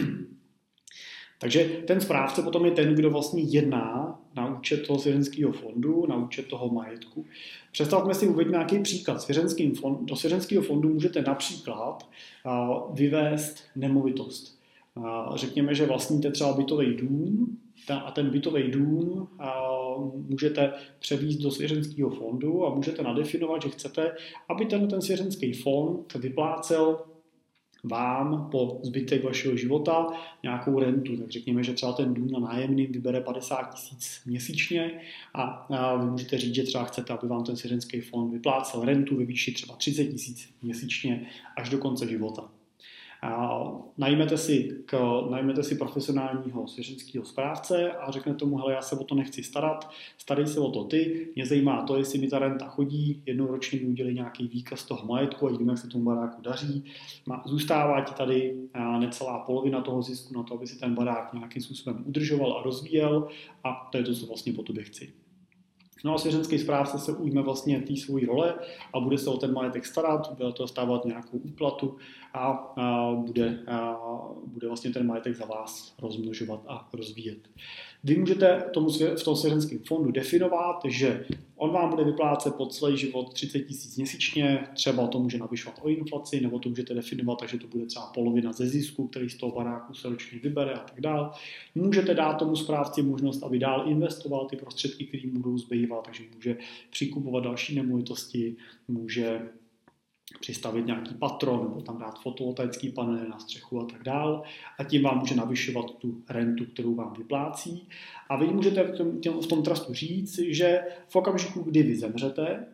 Takže ten správce potom je ten, kdo vlastně jedná na účet toho svěřenského fondu, na účet toho majetku. Představme si, uveďme nějaký příklad. Svěřenským fond, do svěřenského fondu můžete například uh, vyvést nemovitost. Uh, řekněme, že vlastníte třeba bytový dům a ten bytový dům uh, můžete převést do svěřenského fondu a můžete nadefinovat, že chcete, aby ten, ten svěřenský fond vyplácel vám po zbytek vašeho života nějakou rentu. Tak řekněme, že třeba ten dům na nájemným vybere padesát tisíc měsíčně a, a vy můžete říct, že třeba chcete, aby vám ten svěřenský fond vyplácel rentu ve výši třeba třicet tisíc měsíčně až do konce života. A najmete si, k, najmete si profesionálního svěřenského správce a řekne tomu, hele, já se o to nechci starat, starej se o to ty, mě zajímá to, jestli mi ta renta chodí, jednou ročně mi udělí nějaký výkaz toho majetku a vidíme, jak se tomu baráku daří. Zůstává ti tady necelá polovina toho zisku na to, aby si ten barák nějakým způsobem udržoval a rozvíjel a to je to, co vlastně po tobě chci. No a svěřenský správce se ujme vlastně té svojí role a bude se o ten majetek starat, bude to stávat nějakou úplatu a, a, bude, a bude vlastně ten majetek za vás rozmnožovat a rozvíjet. Vy můžete tomu, v tom svěřenském fondu definovat, že on vám bude vyplácet po celý život třicet tisíc měsíčně, třeba to může navyšovat o inflaci, nebo to můžete definovat, takže to bude třeba polovina ze zisku, který z toho baráku se ročně vybere a tak dále. Můžete dát tomu správci možnost, aby dál investoval ty prostředky, které budou zbývat, takže může přikupovat další nemovitosti, může přistavit nějaký patron nebo tam dát fotovoltaický panely na střechu a tak dál a tím vám může navyšovat tu rentu, kterou vám vyplácí. A vy můžete v tom, v tom trustu říct, že v okamžiku, kdy vy zemřete,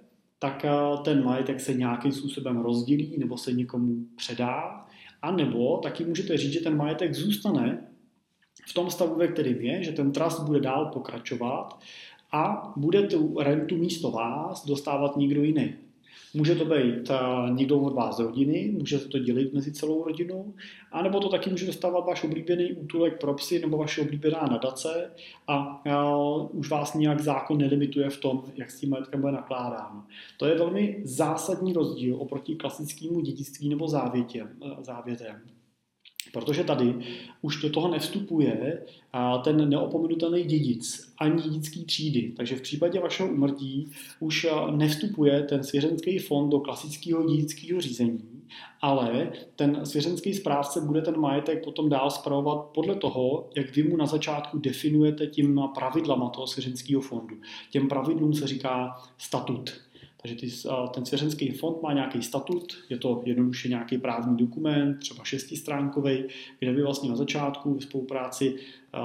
tak ten majetek se nějakým způsobem rozdělí nebo se někomu předá, a nebo taky můžete říct, že ten majetek zůstane v tom stavu, ve kterém je, že ten trust bude dál pokračovat a bude tu rentu místo vás dostávat někdo jiný. Může to být někdo od vás z rodiny, může se to dělit mezi celou rodinou, anebo to taky může dostávat váš oblíbený útulek pro psy nebo vaše oblíbená nadace a, a už vás nějak zákon nelimituje v tom, jak s tím majetkem bude nakládáno. To je velmi zásadní rozdíl oproti klasickému dědictví nebo závětěm, závětem. Protože tady už do toho nevstupuje ten neopomenutelný dědic ani dědický třídy. Takže v případě vašeho úmrtí už nevstupuje ten svěřenský fond do klasického dědického řízení, ale ten svěřenský správce bude ten majetek potom dál spravovat podle toho, jak vy mu na začátku definujete těma pravidlama toho svěřenského fondu. Těm pravidlům se říká statut. Takže ty, ten svěřenský fond má nějaký statut, je to jednoduše nějaký právní dokument, třeba šestistránkový, kde vy vlastně na začátku v spolupráci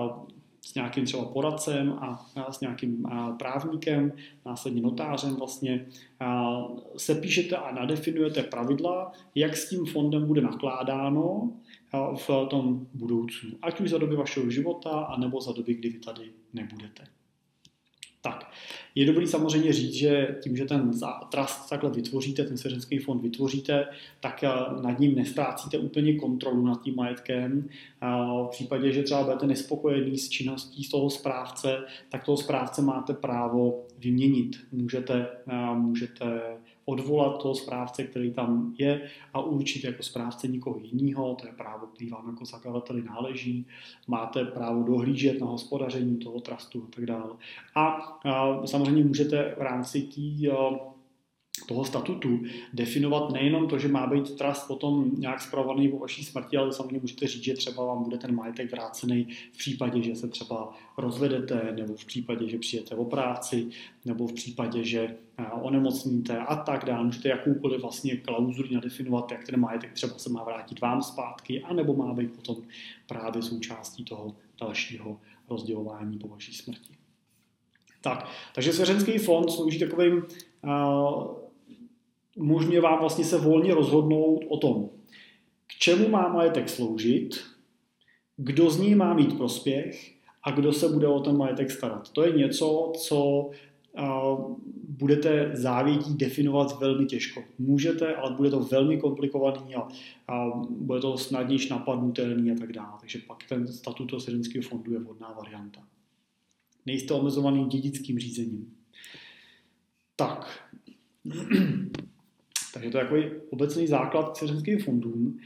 s nějakým třeba poradcem a s nějakým právníkem, následně notářem vlastně se píšete a nadefinujete pravidla, jak s tím fondem bude nakládáno v tom budoucnu. Ať už za doby vašeho života, anebo za doby, kdy vy tady nebudete. Tak, je dobrý samozřejmě říct, že tím, že ten trust takhle vytvoříte, ten svěřenský fond vytvoříte, tak nad ním nestrácíte úplně kontrolu nad tím majetkem. V případě, že třeba budete nespokojený s činností z toho správce, tak toho správce máte právo vyměnit. Můžete, můžete odvolat toho správce, který tam je, a určit jako správce někoho jiného, to je právo, který vám jako zakladateli náleží, máte právo dohlížet na hospodaření toho trustu a tak dále. A, a samozřejmě můžete v rámci tý, toho statutu definovat nejenom to, že má být trust potom nějak spravovaný po vaší smrti, ale samozřejmě můžete říct, že třeba vám bude ten majetek vrácený v případě, že se třeba rozvedete, nebo v případě, že přijete o práci, nebo v případě, že onemocníte a tak dále. Můžete jakoukoliv vlastně klauzuli nadefinovat, jak ten majetek třeba se má vrátit vám zpátky, anebo má být potom právě součástí toho dalšího rozdělování po vaší smrti. Tak, takže svěřenský fond slouží takovým, uh, umožňuje vám vlastně se volně rozhodnout o tom, k čemu má majetek sloužit, kdo z něj má mít prospěch a kdo se bude o ten majetek starat. To je něco, co uh, budete závětí definovat velmi těžko. Můžete, ale bude to velmi komplikovaný a, a bude to snadnější napadnutelný a tak dále. Takže pak ten statut toho svěřenského fondu je vhodná varianta. Nejste omezovaný dědickým řízením. Tak. Takže to je takový obecný základ k svěřenským fondům.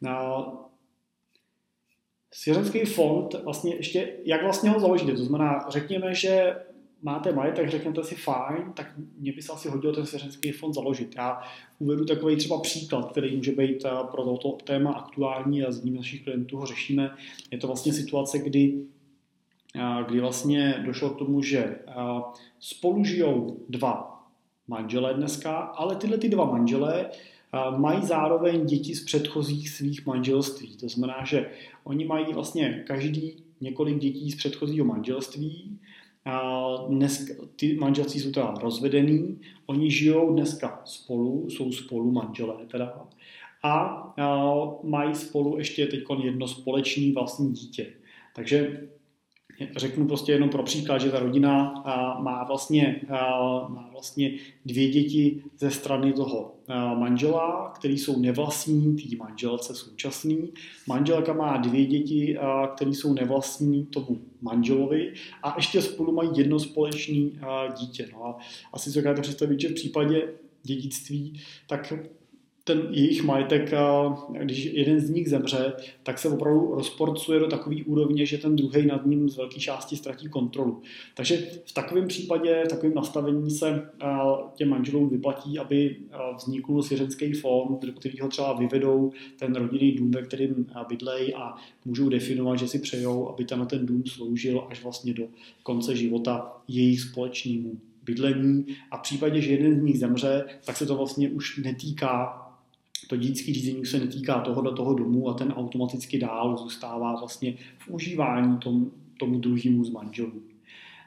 Svěřenský fond, vlastně ještě, jak vlastně ho založíte? To znamená, řekněme, že máte majetek, řekněte si fajn, tak mě by se asi hodilo ten svěřenský fond založit. Já uvedu takový třeba příklad, který může být pro toto téma aktuální a s ním našich klientů ho řešíme. Je to vlastně situace, kdy kdy vlastně došlo k tomu, že spolu žijou dva manželé dneska, ale tyhle ty dva manželé mají zároveň děti z předchozích svých manželství. To znamená, že oni mají vlastně každý několik dětí z předchozího manželství. Dnes, ty manželství jsou teda rozvedený, oni žijou dneska spolu, jsou spolu manželé teda, a mají spolu ještě teď jedno společné vlastní dítě. Takže řeknu prostě jenom pro příklad, že ta rodina má vlastně, má vlastně dvě děti ze strany toho manžela, který jsou nevlastní té manželce současný. Manželka má dvě děti, které jsou nevlastní tomu manželovi a ještě spolu mají jedno společné dítě. No a asi si dokážete představit, že v případě dědictví, tak ten jejich majetek, když jeden z nich zemře, tak se opravdu rozporcuje do takové úrovně, že ten druhý nad ním z velké části ztratí kontrolu. Takže v takovém případě, v takovém nastavení se těm manželům vyplatí, aby vznikl svěřenský fond, do kterého třeba vyvedou ten rodinný dům, ve kterým bydlejí, a můžou definovat, že si přejou, aby ten, ten dům sloužil až vlastně do konce života jejich společnému bydlení, a v případě, že jeden z nich zemře, tak se to vlastně už netýká, to dědické řízení se netýká toho do toho domu a ten automaticky dál zůstává vlastně v užívání tom, tomu druhému z manželů.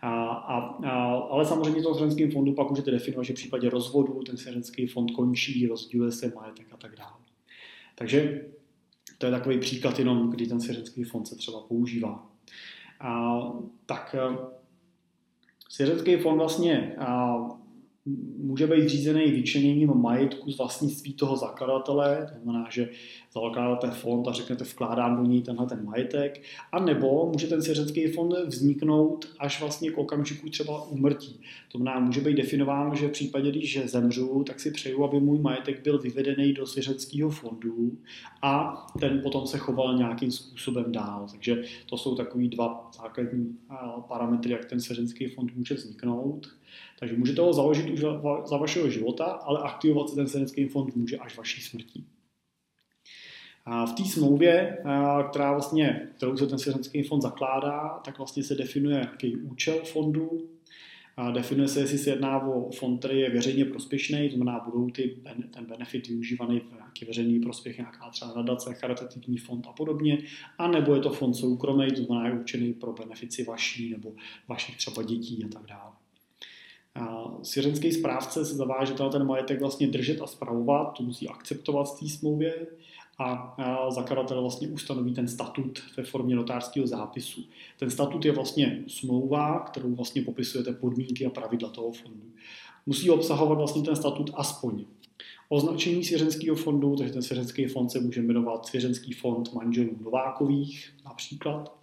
A, a, a, ale samozřejmě toho svěřenském fondu pak můžete definovat, že v případě rozvodu ten svěřenský fond končí, rozděluje se majetek a tak dále. Takže to je takový příklad jenom, kdy ten svěřenský fond se třeba používá. A, tak svěřenský fond vlastně a, může být řízený vyčleněním majetku z vlastnictví toho zakladatele, to znamená, že zakládáte fond a řeknete, vkládám do něj tenhle ten majetek, a nebo může ten svěřenský fond vzniknout až vlastně k okamžiku třeba úmrtí. To znamená, může být definováno, že v případě, když zemřu, tak si přeju, aby můj majetek byl vyvedený do svěřenského fondu a ten potom se choval nějakým způsobem dál. Takže to jsou takový dva základní parametry, jak ten svěřenský fond může vzniknout. Takže můžete ho založit už za vašeho života, ale aktivovat se ten svěřenský fond může až vaší smrtí. A v té smlouvě, která vlastně, kterou se ten svěřenský fond zakládá, tak vlastně se definuje jaký účel fondu. A definuje se, jestli se jedná o fond, který je veřejně prospěšný, to znamená, budou ty, ten benefit využívaný v nějaký veřejný prospěch, nějaká třeba nadace, charitativní fond a podobně, a nebo je to fond soukromý, to znamená, je určený pro benefici vaší nebo vašich třeba dětí a tak dále. Svěřenský správce se zaváže ten majetek vlastně držet a spravovat, to musí akceptovat v té smlouvě, a zakladatel vlastně ustanoví ten statut ve formě notářského zápisu. Ten statut je vlastně smlouva, kterou vlastně popisujete podmínky a pravidla toho fondu. Musí obsahovat vlastně ten statut aspoň označení svěřenského fondu, takže ten svěřenský fond se může jmenovat Svěřenský fond manželů Novákových například.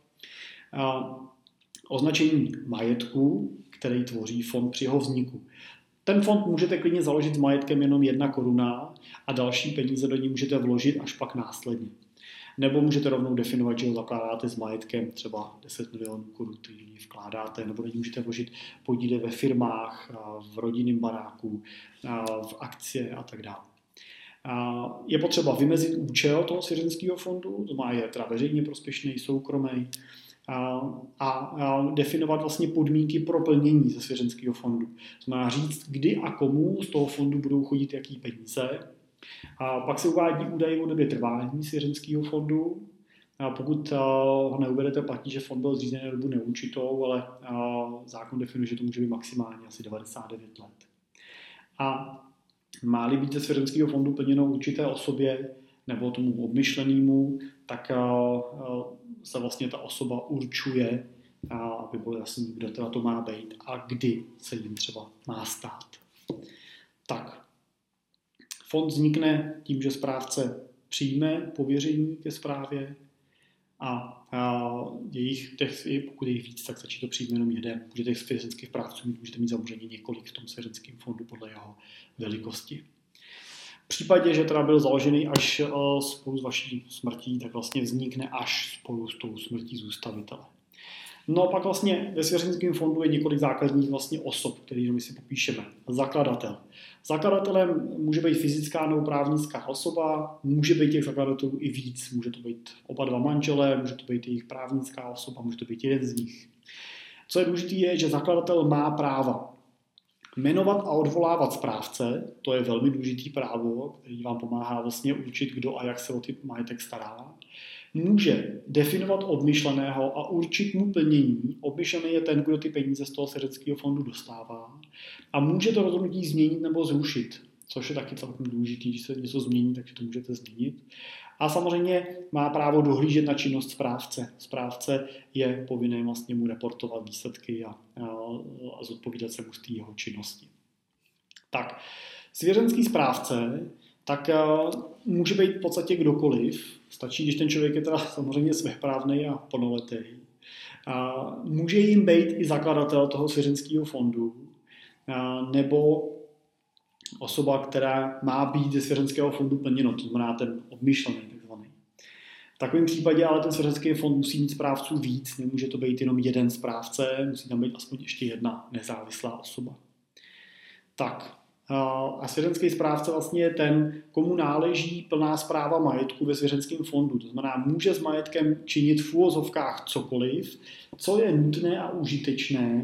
Označení majetku, který tvoří fond při jeho vzniku. Ten fond můžete klidně založit s majetkem jenom jedna koruna a další peníze do ní můžete vložit až pak následně. Nebo můžete rovnou definovat, že ho zakládáte s majetkem třeba deset milionů korun, který vkládáte, nebo do ní můžete vložit podíly ve firmách, v rodinném baráku, v akcie a tak dále. Je potřeba vymezit účel toho svěřenského fondu, to má je teda veřejně prospěšný, soukromý, A, a definovat vlastně podmínky pro plnění ze svěřenského fondu. To znamená říct, kdy a komu z toho fondu budou chodit jaký peníze. A pak se uvádí údaje o době trvání svěřenského fondu. A pokud ho neuvedete, platí, že fond byl zřízený na dobu neurčitou, ale zákon definuje, že to může být maximálně asi devadesát devět let. A má-li být ze svěřenského fondu plněno určité osobě nebo tomu obmyšlenému, tak se vlastně ta osoba určuje, aby bylo jasný, kdo teda to má být a kdy se jim třeba má stát. Tak, fond vznikne tím, že správce přijme pověření ke správě a, a jejich, těch, pokud je jich víc, tak stačí to přijme jenom jeden. Můžete těch svěřenských správců mít, můžete mít samozřejmě několik v tom svěřenském fondu podle jeho velikosti. V případě, že teda byl založený až spolu s vaší smrtí, tak vlastně vznikne až spolu s tou smrtí zůstavitele. No a pak vlastně ve svěřenském fondu je několik základních vlastně osob, které my si popíšeme. Zakladatel. Zakladatelem může být fyzická nebo právnická osoba, může být těch zakladatelů i víc. Může to být oba dva manželé, může to být jejich právnická osoba, může to být jeden z nich. Co je důležité je, že zakladatel má práva. Jmenovat a odvolávat správce, to je velmi důležitý právo, který vám pomáhá vlastně určit, kdo a jak se o ty majetek stará. Může definovat obmyšleného a určit mu plnění. Obmyšlený je ten, kdo ty peníze z toho svěřenského fondu dostává. A může to rozhodnutí změnit nebo zrušit, což je taky celkem důležitý, když se něco změní, takže to můžete změnit. A samozřejmě má právo dohlížet na činnost správce. Správce je povinný vlastně mu reportovat výsledky a, a, a zodpovídat se mu z té jeho činnosti. Tak, svěřenský správce tak uh, může být v podstatě kdokoliv. Stačí, když ten člověk je teda samozřejmě svéprávnej a plnoletý. Uh, může jim být i zakladatel toho svěřenského fondu uh, nebo osoba, která má být ze svěřenského fondu plněno, to znamená ten obmyšlený takzvaný. V takovém případě ale ten svěřenský fond musí mít správců víc, nemůže to být jenom jeden správce, musí tam být aspoň ještě jedna nezávislá osoba. Tak, a svěřenský správce vlastně je ten, komu náleží plná správa majetku ve svěřenském fondu. To znamená, může s majetkem činit v úvozovkách cokoliv, co je nutné a užitečné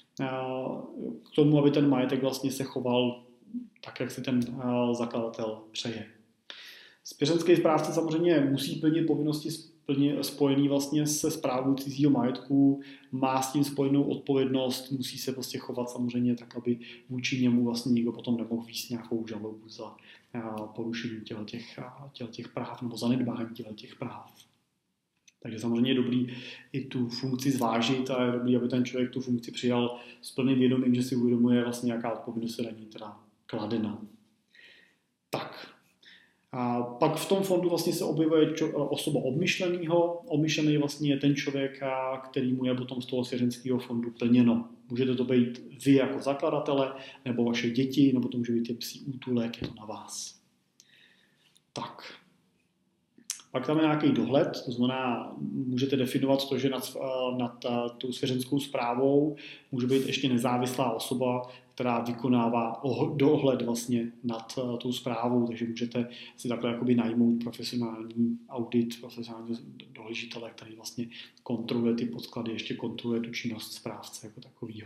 k tomu, aby ten majetek vlastně se choval tak, jak si ten zakladatel přeje. Svěřenský správce samozřejmě musí plnit povinnosti plně spojený vlastně se správou cizího majetku, má s tím spojenou odpovědnost, musí se prostě chovat samozřejmě tak, aby vůči němu vlastně nikdo potom nemohl vést nějakou žalobu za porušení těch, těch práv nebo zanedbání těch práv. Takže samozřejmě je dobrý i tu funkci zvážit a je dobrý, aby ten člověk tu funkci přijal s plným vědomím, že si uvědomuje vlastně, jaká odpovědnost se na ní teda kladena. Tak. A pak v tom fondu vlastně se objevuje čo, osoba obmyšlenýho. Obmyšlený vlastně je ten člověk, který mu je potom z toho svěřenského fondu plněno. Můžete to být vy jako zakladatele, nebo vaše děti, nebo to může být i psí útulek, je to na vás. Tak. Pak tam je nějaký dohled, to znamená, můžete definovat to, že nad, nad tou svěřenskou správou může být ještě nezávislá osoba, která vykonává dohled vlastně nad tou správou, takže můžete si takhle jakoby najmout profesionální audit, profesionální dohlížitele, který vlastně kontroluje ty podklady, ještě kontroluje tu činnost správce jako takovýho.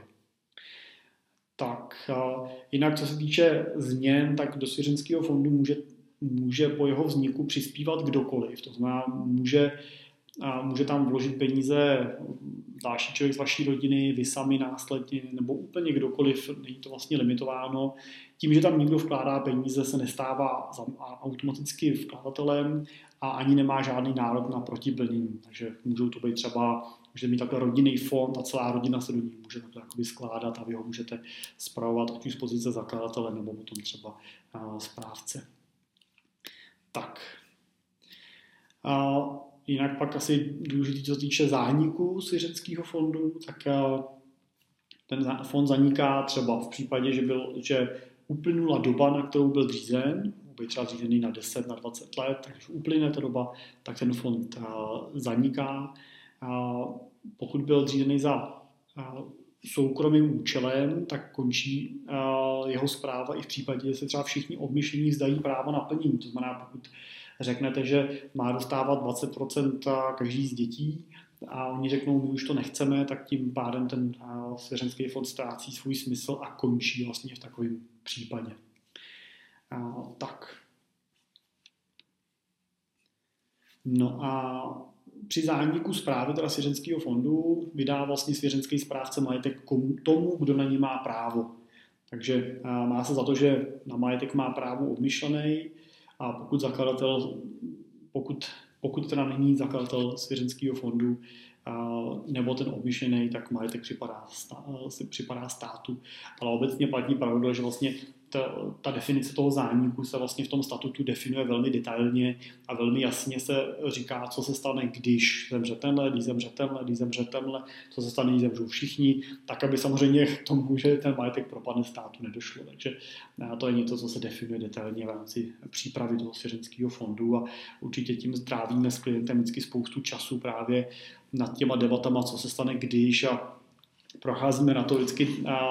Tak jinak, co se týče změn, tak do svěřenského fondu může může po jeho vzniku přispívat kdokoliv. To znamená, může, může tam vložit peníze další člověk z vaší rodiny, vy sami následně, nebo úplně kdokoliv, není to vlastně limitováno. Tím, že tam někdo vkládá peníze, se nestává automaticky vkladatelem a ani nemá žádný nárok na protiplnění. Takže můžou to být třeba, můžete mít takhle rodinný fond a celá rodina se do ní může takhle jakoby skládat a vy ho můžete spravovat ať už z pozice zakladatele nebo potom třeba správce. Tak. A jinak pak asi důležitý, co se týče zániku svěřenského fondu, tak ten fond zaniká třeba v případě, že, byl, že uplynula doba, na kterou byl zřízen, byl třeba zřízený na deset, na dvacet let, tak když uplyne ta doba, tak ten fond zaniká. A pokud byl zřízený za soukromým účelem, tak končí uh, jeho správa i v případě, že se třeba všichni obmyšlení vzdají práva na plnění. To znamená, pokud řeknete, že má dostávat dvacet procent každý z dětí a oni řeknou, my už to nechceme, tak tím pádem ten uh, svěřenský fond ztrácí svůj smysl a končí vlastně v takovém případě. Uh, tak. No a při zániku správy teda svěřenského fondu vydá vlastně svěřenský správce majetek komu, tomu, kdo na ní má právo. Takže má se za to, že na majetek má právo obmyšlený a pokud zakladatel, pokud, pokud teda není zakladatel svěřenského fondu nebo ten obmyšlený, tak majetek připadá, připadá státu. Ale obecně platí pravidlo, že vlastně ta, ta definice toho zániku se vlastně v tom statutu definuje velmi detailně a velmi jasně se říká, co se stane, když zemře tenhle, když zemře tenhle, když zemře tenhle, co se stane, když zemřou všichni, tak aby samozřejmě k tomu, že ten majetek propadne státu, nedošlo. Takže to je něco, co se definuje detailně v rámci přípravy toho svěřenského fondu a určitě tím strávíme s klientem vždycky spoustu času právě nad těma debatama, co se stane, když a procházíme na to vždycky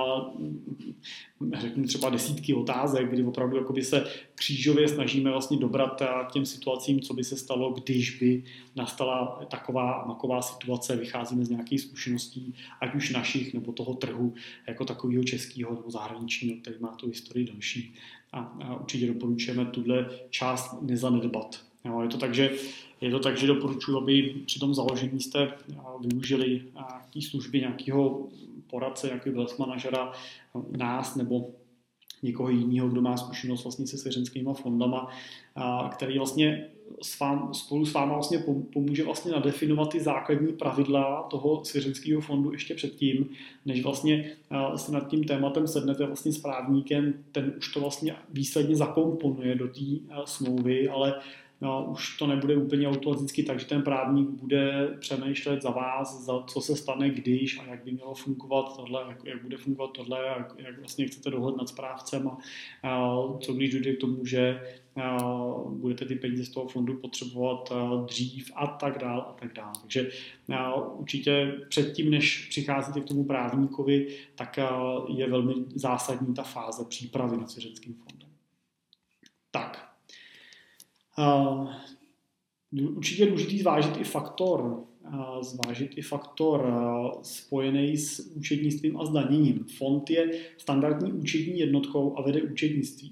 řeknu třeba desítky otázek, kdy opravdu jakoby se křížově snažíme vlastně dobrat k těm situacím, co by se stalo, když by nastala taková maková situace. Vycházíme z nějakých zkušeností, ať už našich, nebo toho trhu jako takového českého nebo zahraničního, který má tu historii další. A, a určitě doporučujeme tuhle část nezanedbat. Jo, je to tak, že Je to tak, že doporučuji, aby při tom založení jste využili nějaké služby nějakého poradce, nějakého wealth manažera, nás nebo někoho jiného, kdo má zkušenost vlastně se svěřenskými fondama, který vlastně s vám, spolu s váma vlastně pomůže vlastně nadefinovat ty základní pravidla toho svěřenského fondu ještě předtím, než vlastně se nad tím tématem sednete vlastně s právníkem, ten už to vlastně výsledně zakomponuje do té smlouvy, ale no, už to nebude úplně automaticky tak, že ten právník bude přemýšlet za vás, za co se stane, když a jak by mělo fungovat tohle, jak, jak bude fungovat tohle, jak, jak vlastně chcete dohled nad správcem a, a co když dojde k tomu, že a, budete ty peníze z toho fondu potřebovat a, dřív a tak dál a tak dál. Takže a, určitě předtím, než přicházíte k tomu právníkovi, tak a, je velmi zásadní ta fáze přípravy nad svěřenským fondem. Tak. Uh, určitě je důležitý zvážit i faktor, uh, zvážit i faktor uh, spojený s účetnictvím a zdaněním. Fond je standardní účetní jednotkou a vede účetnictví.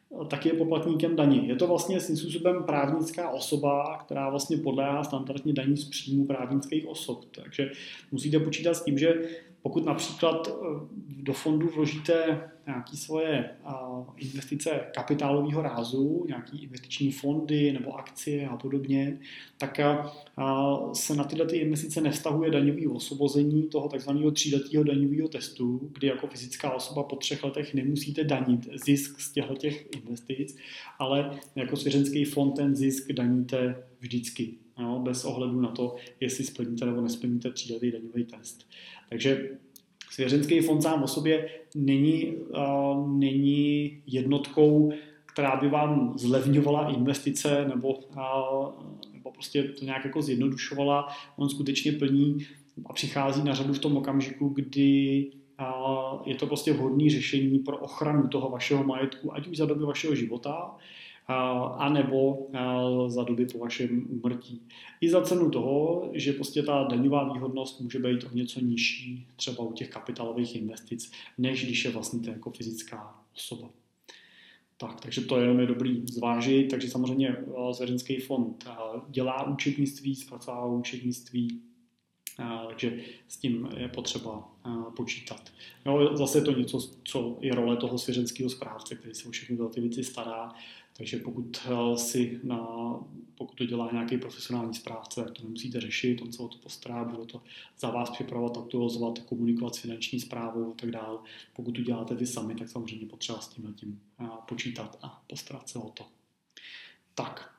taky je poplatníkem daní. Je to vlastně svým způsobem právnická osoba, která vlastně podléhá standardně daní z příjmu právnických osob. Takže musíte počítat s tím, že pokud například do fondu vložíte nějaké svoje investice kapitálového rázu, nějaké investiční fondy nebo akcie a podobně, tak se na tyhle ty investice nevztahuje daňové osvobození toho takzvaného tříletého daňového testu, kdy jako fyzická osoba po třech letech nemusíte danit zisk z těchto investic, ale jako svěřenský fond ten zisk daníte vždycky, jo, bez ohledu na to, jestli splníte nebo nesplníte tříletý daňový test. Takže svěřenský fond sám o sobě není, uh, není jednotkou, která by vám zlevňovala investice nebo, uh, nebo prostě to nějak jako zjednodušovala. On skutečně plní a přichází na řadu v tom okamžiku, kdy uh, je to prostě vhodné řešení pro ochranu toho vašeho majetku, ať už za doby vašeho života, a nebo za doby po vašem úmrtí. I za cenu toho, že prostě ta daňová výhodnost může být o něco nižší třeba u těch kapitálových investic, než když je vlastníte jako fyzická osoba. Tak, takže to jenom je dobrý zvážit. Takže samozřejmě svěřenský fond dělá účetnictví, zpracovává účetnictví, takže s tím je potřeba počítat. No, zase je to něco, co je role toho svěřenského správce, který se o všechny ty věci stará. Takže pokud, si na, pokud to dělá nějaký profesionální správce, tak to nemusíte řešit, on se o to postará, bude to za vás připravovat, aktualizovat, komunikovat s finanční správou a tak dále. Pokud to děláte vy sami, tak samozřejmě potřeba s tím tím počítat a postarat se o to. Tak.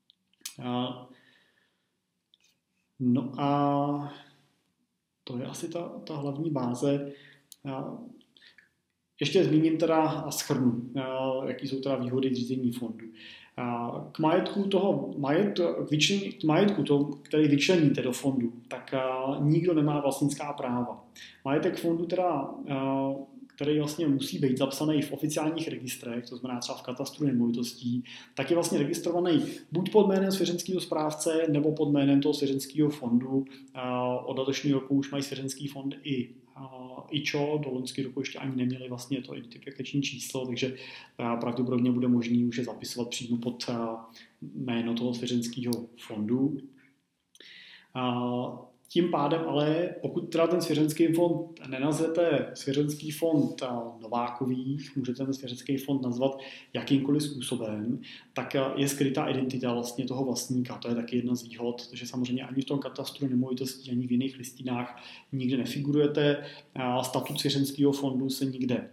No a to je asi ta, ta hlavní báze. Ještě zmíním teda a shrnu, jaký jsou teda výhody řízení fondu. K majetku toho, majet, k, vyčlení, k majetku toho, který vyčleníte do fondu, tak nikdo nemá vlastnická práva. Majetek fondu teda, který vlastně musí být zapsaný v oficiálních registrech, to znamená třeba v katastru nemovitostí, tak je vlastně registrovaný buď pod jménem svěřenského správce, nebo pod jménem toho svěřenského fondu. Od letošního roku už mají svěřenský fond i IČO, do loňského roku ještě ani neměli vlastně to identifikační číslo, takže pravděpodobně bude možný už je zapisovat přímo pod jméno toho svěřenského fondu. Tím pádem ale, pokud teda ten svěřenský fond nenazvete svěřenský fond Novákových, můžete ten svěřenský fond nazvat jakýmkoliv způsobem, tak je skrytá identita vlastně toho vlastníka. To je taky jedna z výhod, takže samozřejmě ani v tom katastru nemovitostí, ani v jiných listinách nikde nefigurujete. Statut svěřenského fondu se nikde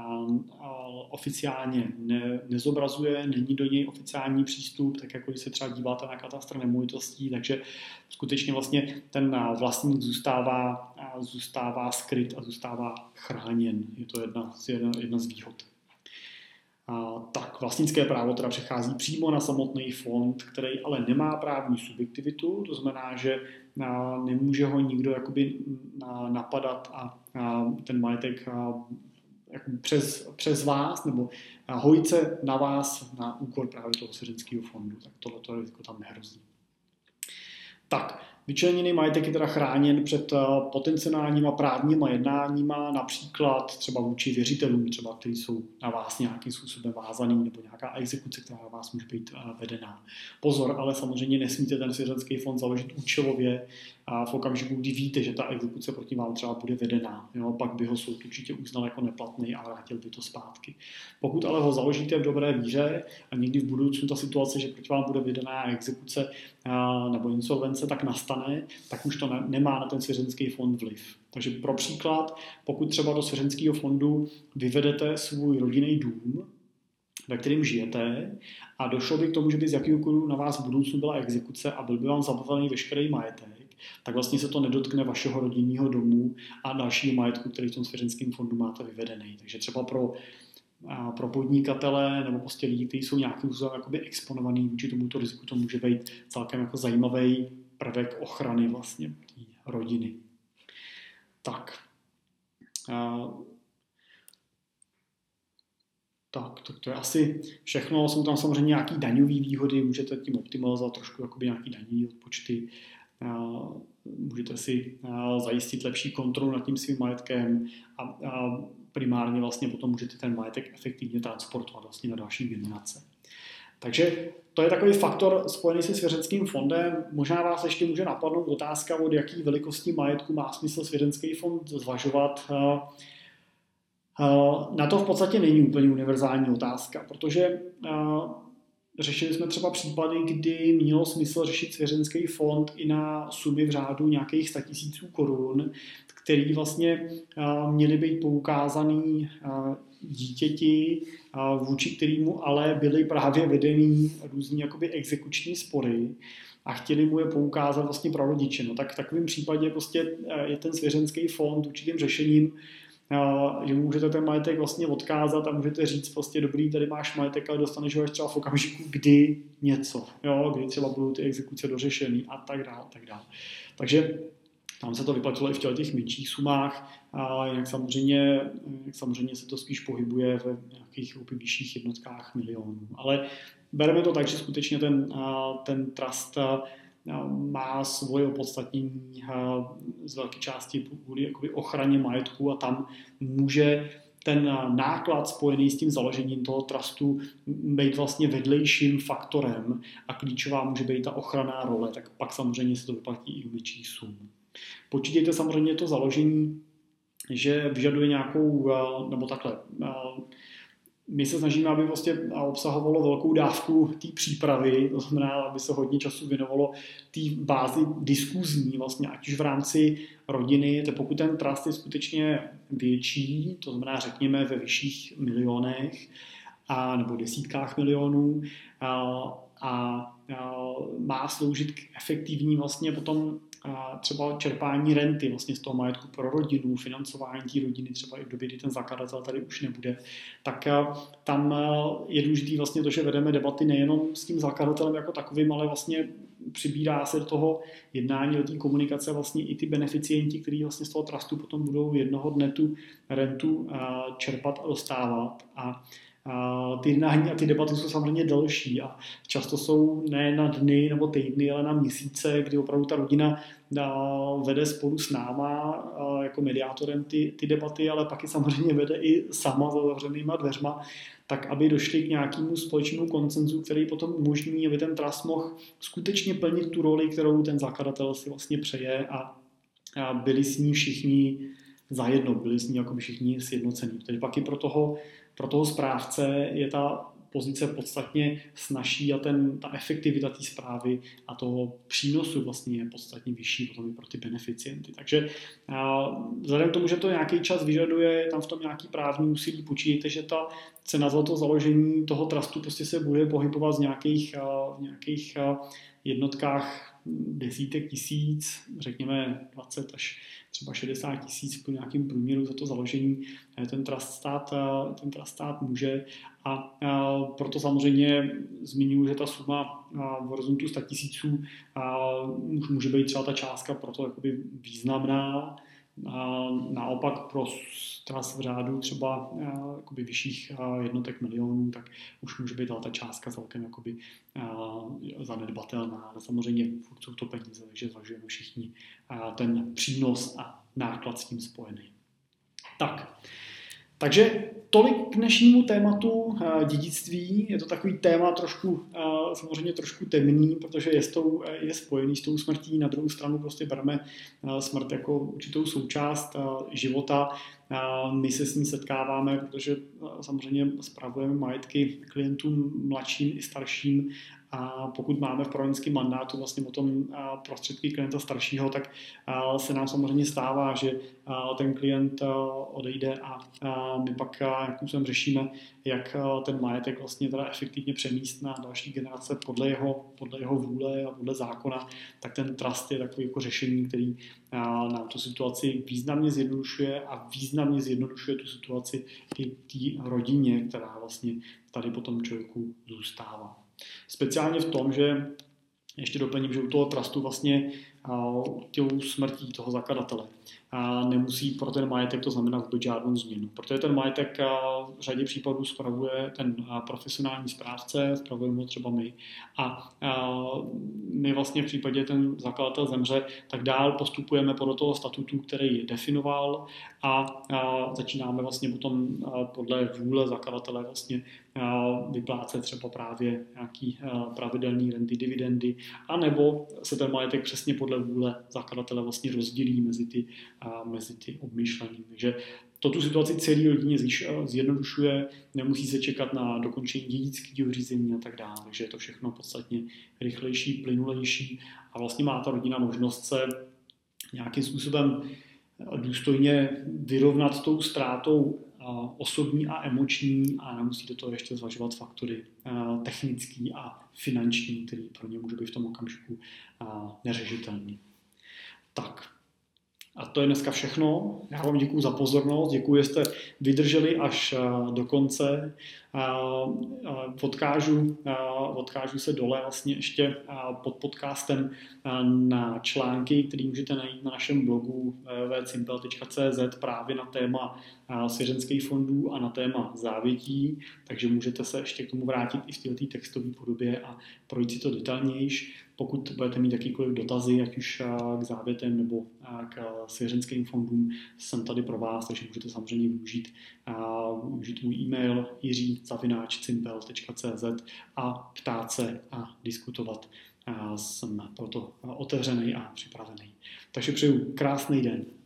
oficiálně ne, nezobrazuje, není do něj oficiální přístup, tak jako když se třeba díváte na katastr nemovitostí, takže skutečně vlastně ten vlastník zůstává, zůstává skryt a zůstává chráněn. Je to jedna, jedna, jedna z výhod. A, tak vlastnické právo teda přechází přímo na samotný fond, který ale nemá právní subjektivitu, to znamená, že a, nemůže ho nikdo jakoby a, napadat a, a ten majetek a, jako přes, přes vás nebo hojit se na vás na úkor právě toho svěřenského fondu. Tak tohleto riziko tam nehrozí. Tak, vyčleněný majetek je teda chráněn před potenciálníma právníma jednáníma, například třeba vůči věřitelům, třeba, kteří jsou na vás nějakým způsobem vázaný, nebo nějaká exekuce, která na vás může být vedená. Pozor, ale samozřejmě nesmíte ten svěřenský fond založit účelově a v okamžiku, kdy víte, že ta exekuce proti vám třeba bude vedená. Jo, pak by ho soud určitě uznal jako neplatný a vrátil by to zpátky. Pokud ale ho založíte v dobré víře a někdy v budoucnu ta situace, že proti vám bude vedená exekuce a, nebo insolvence, tak nastane, tak už to ne, nemá na ten svěřenský fond vliv. Takže pro příklad, pokud třeba do svěřenského fondu vyvedete svůj rodinný dům, ve kterém žijete a došlo by k tomu, že by z jakýkoliv na vás v budoucnu byla exekuce a byl by vám zabavený veškerý majetek, tak vlastně se to nedotkne vašeho rodinného domu a dalšího majetku, který v tom svěřenském fondu máte vyvedený. Takže třeba pro, pro podnikatele nebo prostě lidi, kteří jsou nějakým způsobem jakoby exponovaný vůči tomuto riziku, to může být celkem jako zajímavý prvek ochrany vlastně té rodiny. Tak. Tak, to, to je asi všechno. Jsou tam samozřejmě nějaké daňové výhody, můžete tím optimalizovat trošku jakoby nějaké daňové odpočty. Můžete si zajistit lepší kontrolu nad tím svým majetkem a, a primárně vlastně potom můžete ten majetek efektivně transportovat vlastně na další generace. Takže to je takový faktor spojený se svěřenským fondem. Možná vás ještě může napadnout otázka, od jaký velikosti majetku má smysl svěřenský fond zvažovat. Na to v podstatě není úplně univerzální otázka, protože řešili jsme třeba případy, kdy mělo smysl řešit svěřenský fond i na sumy v řádu nějakých sta tisíců korun, který vlastně měly být poukázaný dítěti, vůči kterému ale byly právě vedeny různý jakoby exekuční spory a chtěli mu je poukázat vlastně prarodiče. No tak v takovém případě prostě je ten svěřenský fond určitým řešením, že můžete ten majetek vlastně odkázat a můžete říct prostě dobrý, tady máš majetek, ale dostaneš ho až třeba v okamžiku, kdy něco, jo, kdy třeba budou ty exekuce dořešený a tak dále, tak dále. Takže tam se to vyplatilo i v těch menších sumách, a jak samozřejmě, jak samozřejmě se to spíš pohybuje ve nějakých vyšších jednotkách milionů. Ale bereme to tak, že skutečně ten, ten trust má svoje opodstatnění z velké části kvůli jakoby ochraně majetku a tam může ten náklad spojený s tím založením toho trustu být vlastně vedlejším faktorem a klíčová může být ta ochranná role, tak pak samozřejmě se to vyplatí i u větších sum. Počítejte samozřejmě to založení, že vyžaduje nějakou, nebo takhle, my se snažíme, aby vlastně obsahovalo velkou dávku té přípravy, to znamená, aby se hodně času věnovalo té bázi diskuzní, vlastně, ať už v rámci rodiny, to pokud ten trust je skutečně větší, to znamená, řekněme, ve vyšších milionech a, nebo desítkách milionů a, a, a má sloužit k efektivní vlastně potom třeba čerpání renty vlastně z toho majetku pro rodinu, financování té rodiny třeba i v době, kdy ten zakladatel tady už nebude, tak tam je důležitý vlastně to, že vedeme debaty nejenom s tím zakladatelem jako takovým, ale vlastně přibírá se do toho jednání, do té komunikace vlastně i ty beneficienti, kteří vlastně z toho trustu potom budou jednoho dne tu rentu čerpat a dostávat. A A ty jednání a ty debaty jsou samozřejmě delší a často jsou ne na dny nebo týdny, ale na měsíce, kdy opravdu ta rodina vede spolu s náma jako mediátorem ty, ty debaty, ale pak i samozřejmě vede i sama za zavřenýma dveřma, tak aby došli k nějakému společnému konsenzu, který potom umožní, aby ten trust mohl skutečně plnit tu roli, kterou ten zakladatel si vlastně přeje a, a byli s ní všichni zajedno, byli s ní jako všichni sjednocení. Takže pak i pro toho Pro toho správce je ta pozice podstatně snazší a ten, ta efektivita té správy a toho přínosu vlastně je podstatně vyšší potom i pro ty beneficienty. Takže a, vzhledem k tomu, že to nějaký čas vyžaduje, tam v tom nějaký právní úsilí, počítejte, že ta cena za to založení toho trustu prostě se bude pohybovat z nějakých, a, v nějakých a, jednotkách desítek tisíc, řekněme dvacet až třeba šedesát tisíc po nějakým průměru za to založení ten trust stát, ten trust stát může a, a proto samozřejmě zmiňuji, že ta suma v horizontu sta tisíců už může být třeba ta částka proto jakoby významná. A naopak pro trust v řádu třeba jakoby vyšších jednotek milionů, tak už může být ta částka celkem jakoby zanedbatelná, ale samozřejmě furt jsou to peníze, takže zvažujeme všichni ten přínos a náklad s tím spojený. Tak, takže tolik k dnešnímu tématu dědictví. Je to takový téma trošku, samozřejmě trošku temný, protože je, s tou, je spojený s tou smrtí. Na druhou stranu prostě bereme smrt jako určitou součást života. My se s ní setkáváme, protože samozřejmě spravujeme majetky klientům mladším i starším. A pokud máme v poradenském mandátu vlastně o tom prostředky klienta staršího, tak se nám samozřejmě stává, že ten klient odejde a my pak jakým způsobem řešíme, jak ten majetek vlastně teda efektivně přemíst na další generace podle jeho, podle jeho vůle a podle zákona, tak ten trust je takový jako řešení, který nám tu situaci významně zjednodušuje a významně zjednodušuje tu situaci i té rodině, která vlastně tady po tom člověku zůstává. Speciálně v tom, že ještě doplním, že u toho trustu vlastně těm smrtí toho zakladatele nemusí pro ten majetek to znamená vůbec žádnou změnu. Protože ten majetek v řadě případů spravuje ten profesionální správce, spravujeme ho třeba my a my vlastně v případě ten zakladatel zemře, tak dál postupujeme podle toho statutu, který definoval a, a začínáme vlastně potom podle vůle zakladatele vlastně vyplácet třeba právě nějaký pravidelný renty, dividendy, anebo se ten majetek přesně podle vůle zakladatele vlastně rozdělí mezi ty, mezi ty obmyšlený. Takže to tu situaci celý rodině zjednodušuje, nemusí se čekat na dokončení dědického řízení a tak dále, takže je to všechno podstatně rychlejší, plynulejší a vlastně má ta rodina možnost se nějakým způsobem důstojně vyrovnat tou ztrátou osobní a emoční a nemusí do toho ještě zvažovat faktory technický a finanční, který pro ně může být v tom okamžiku neřešitelný. Tak. A to je dneska všechno. Já vám děkuji za pozornost, děkuji, že jste vydrželi až do konce. Odkážu, odkážu se dole vlastně ještě pod podcastem na články, které můžete najít na našem blogu w w w tečka cimpel tečka c z právě na téma svěřenských fondů a na téma závětí, takže můžete se ještě k tomu vrátit i v této textové podobě a projít si to detailnější. Pokud budete mít jakýkoliv dotazy, ať už k závětem nebo k svěřenským fondům, jsem tady pro vás, takže můžete samozřejmě využít, využít můj e-mail jiří zavináč cimpel tečka c z a ptát se a diskutovat. Jsem proto otevřený a připravený. Takže přeju krásný den.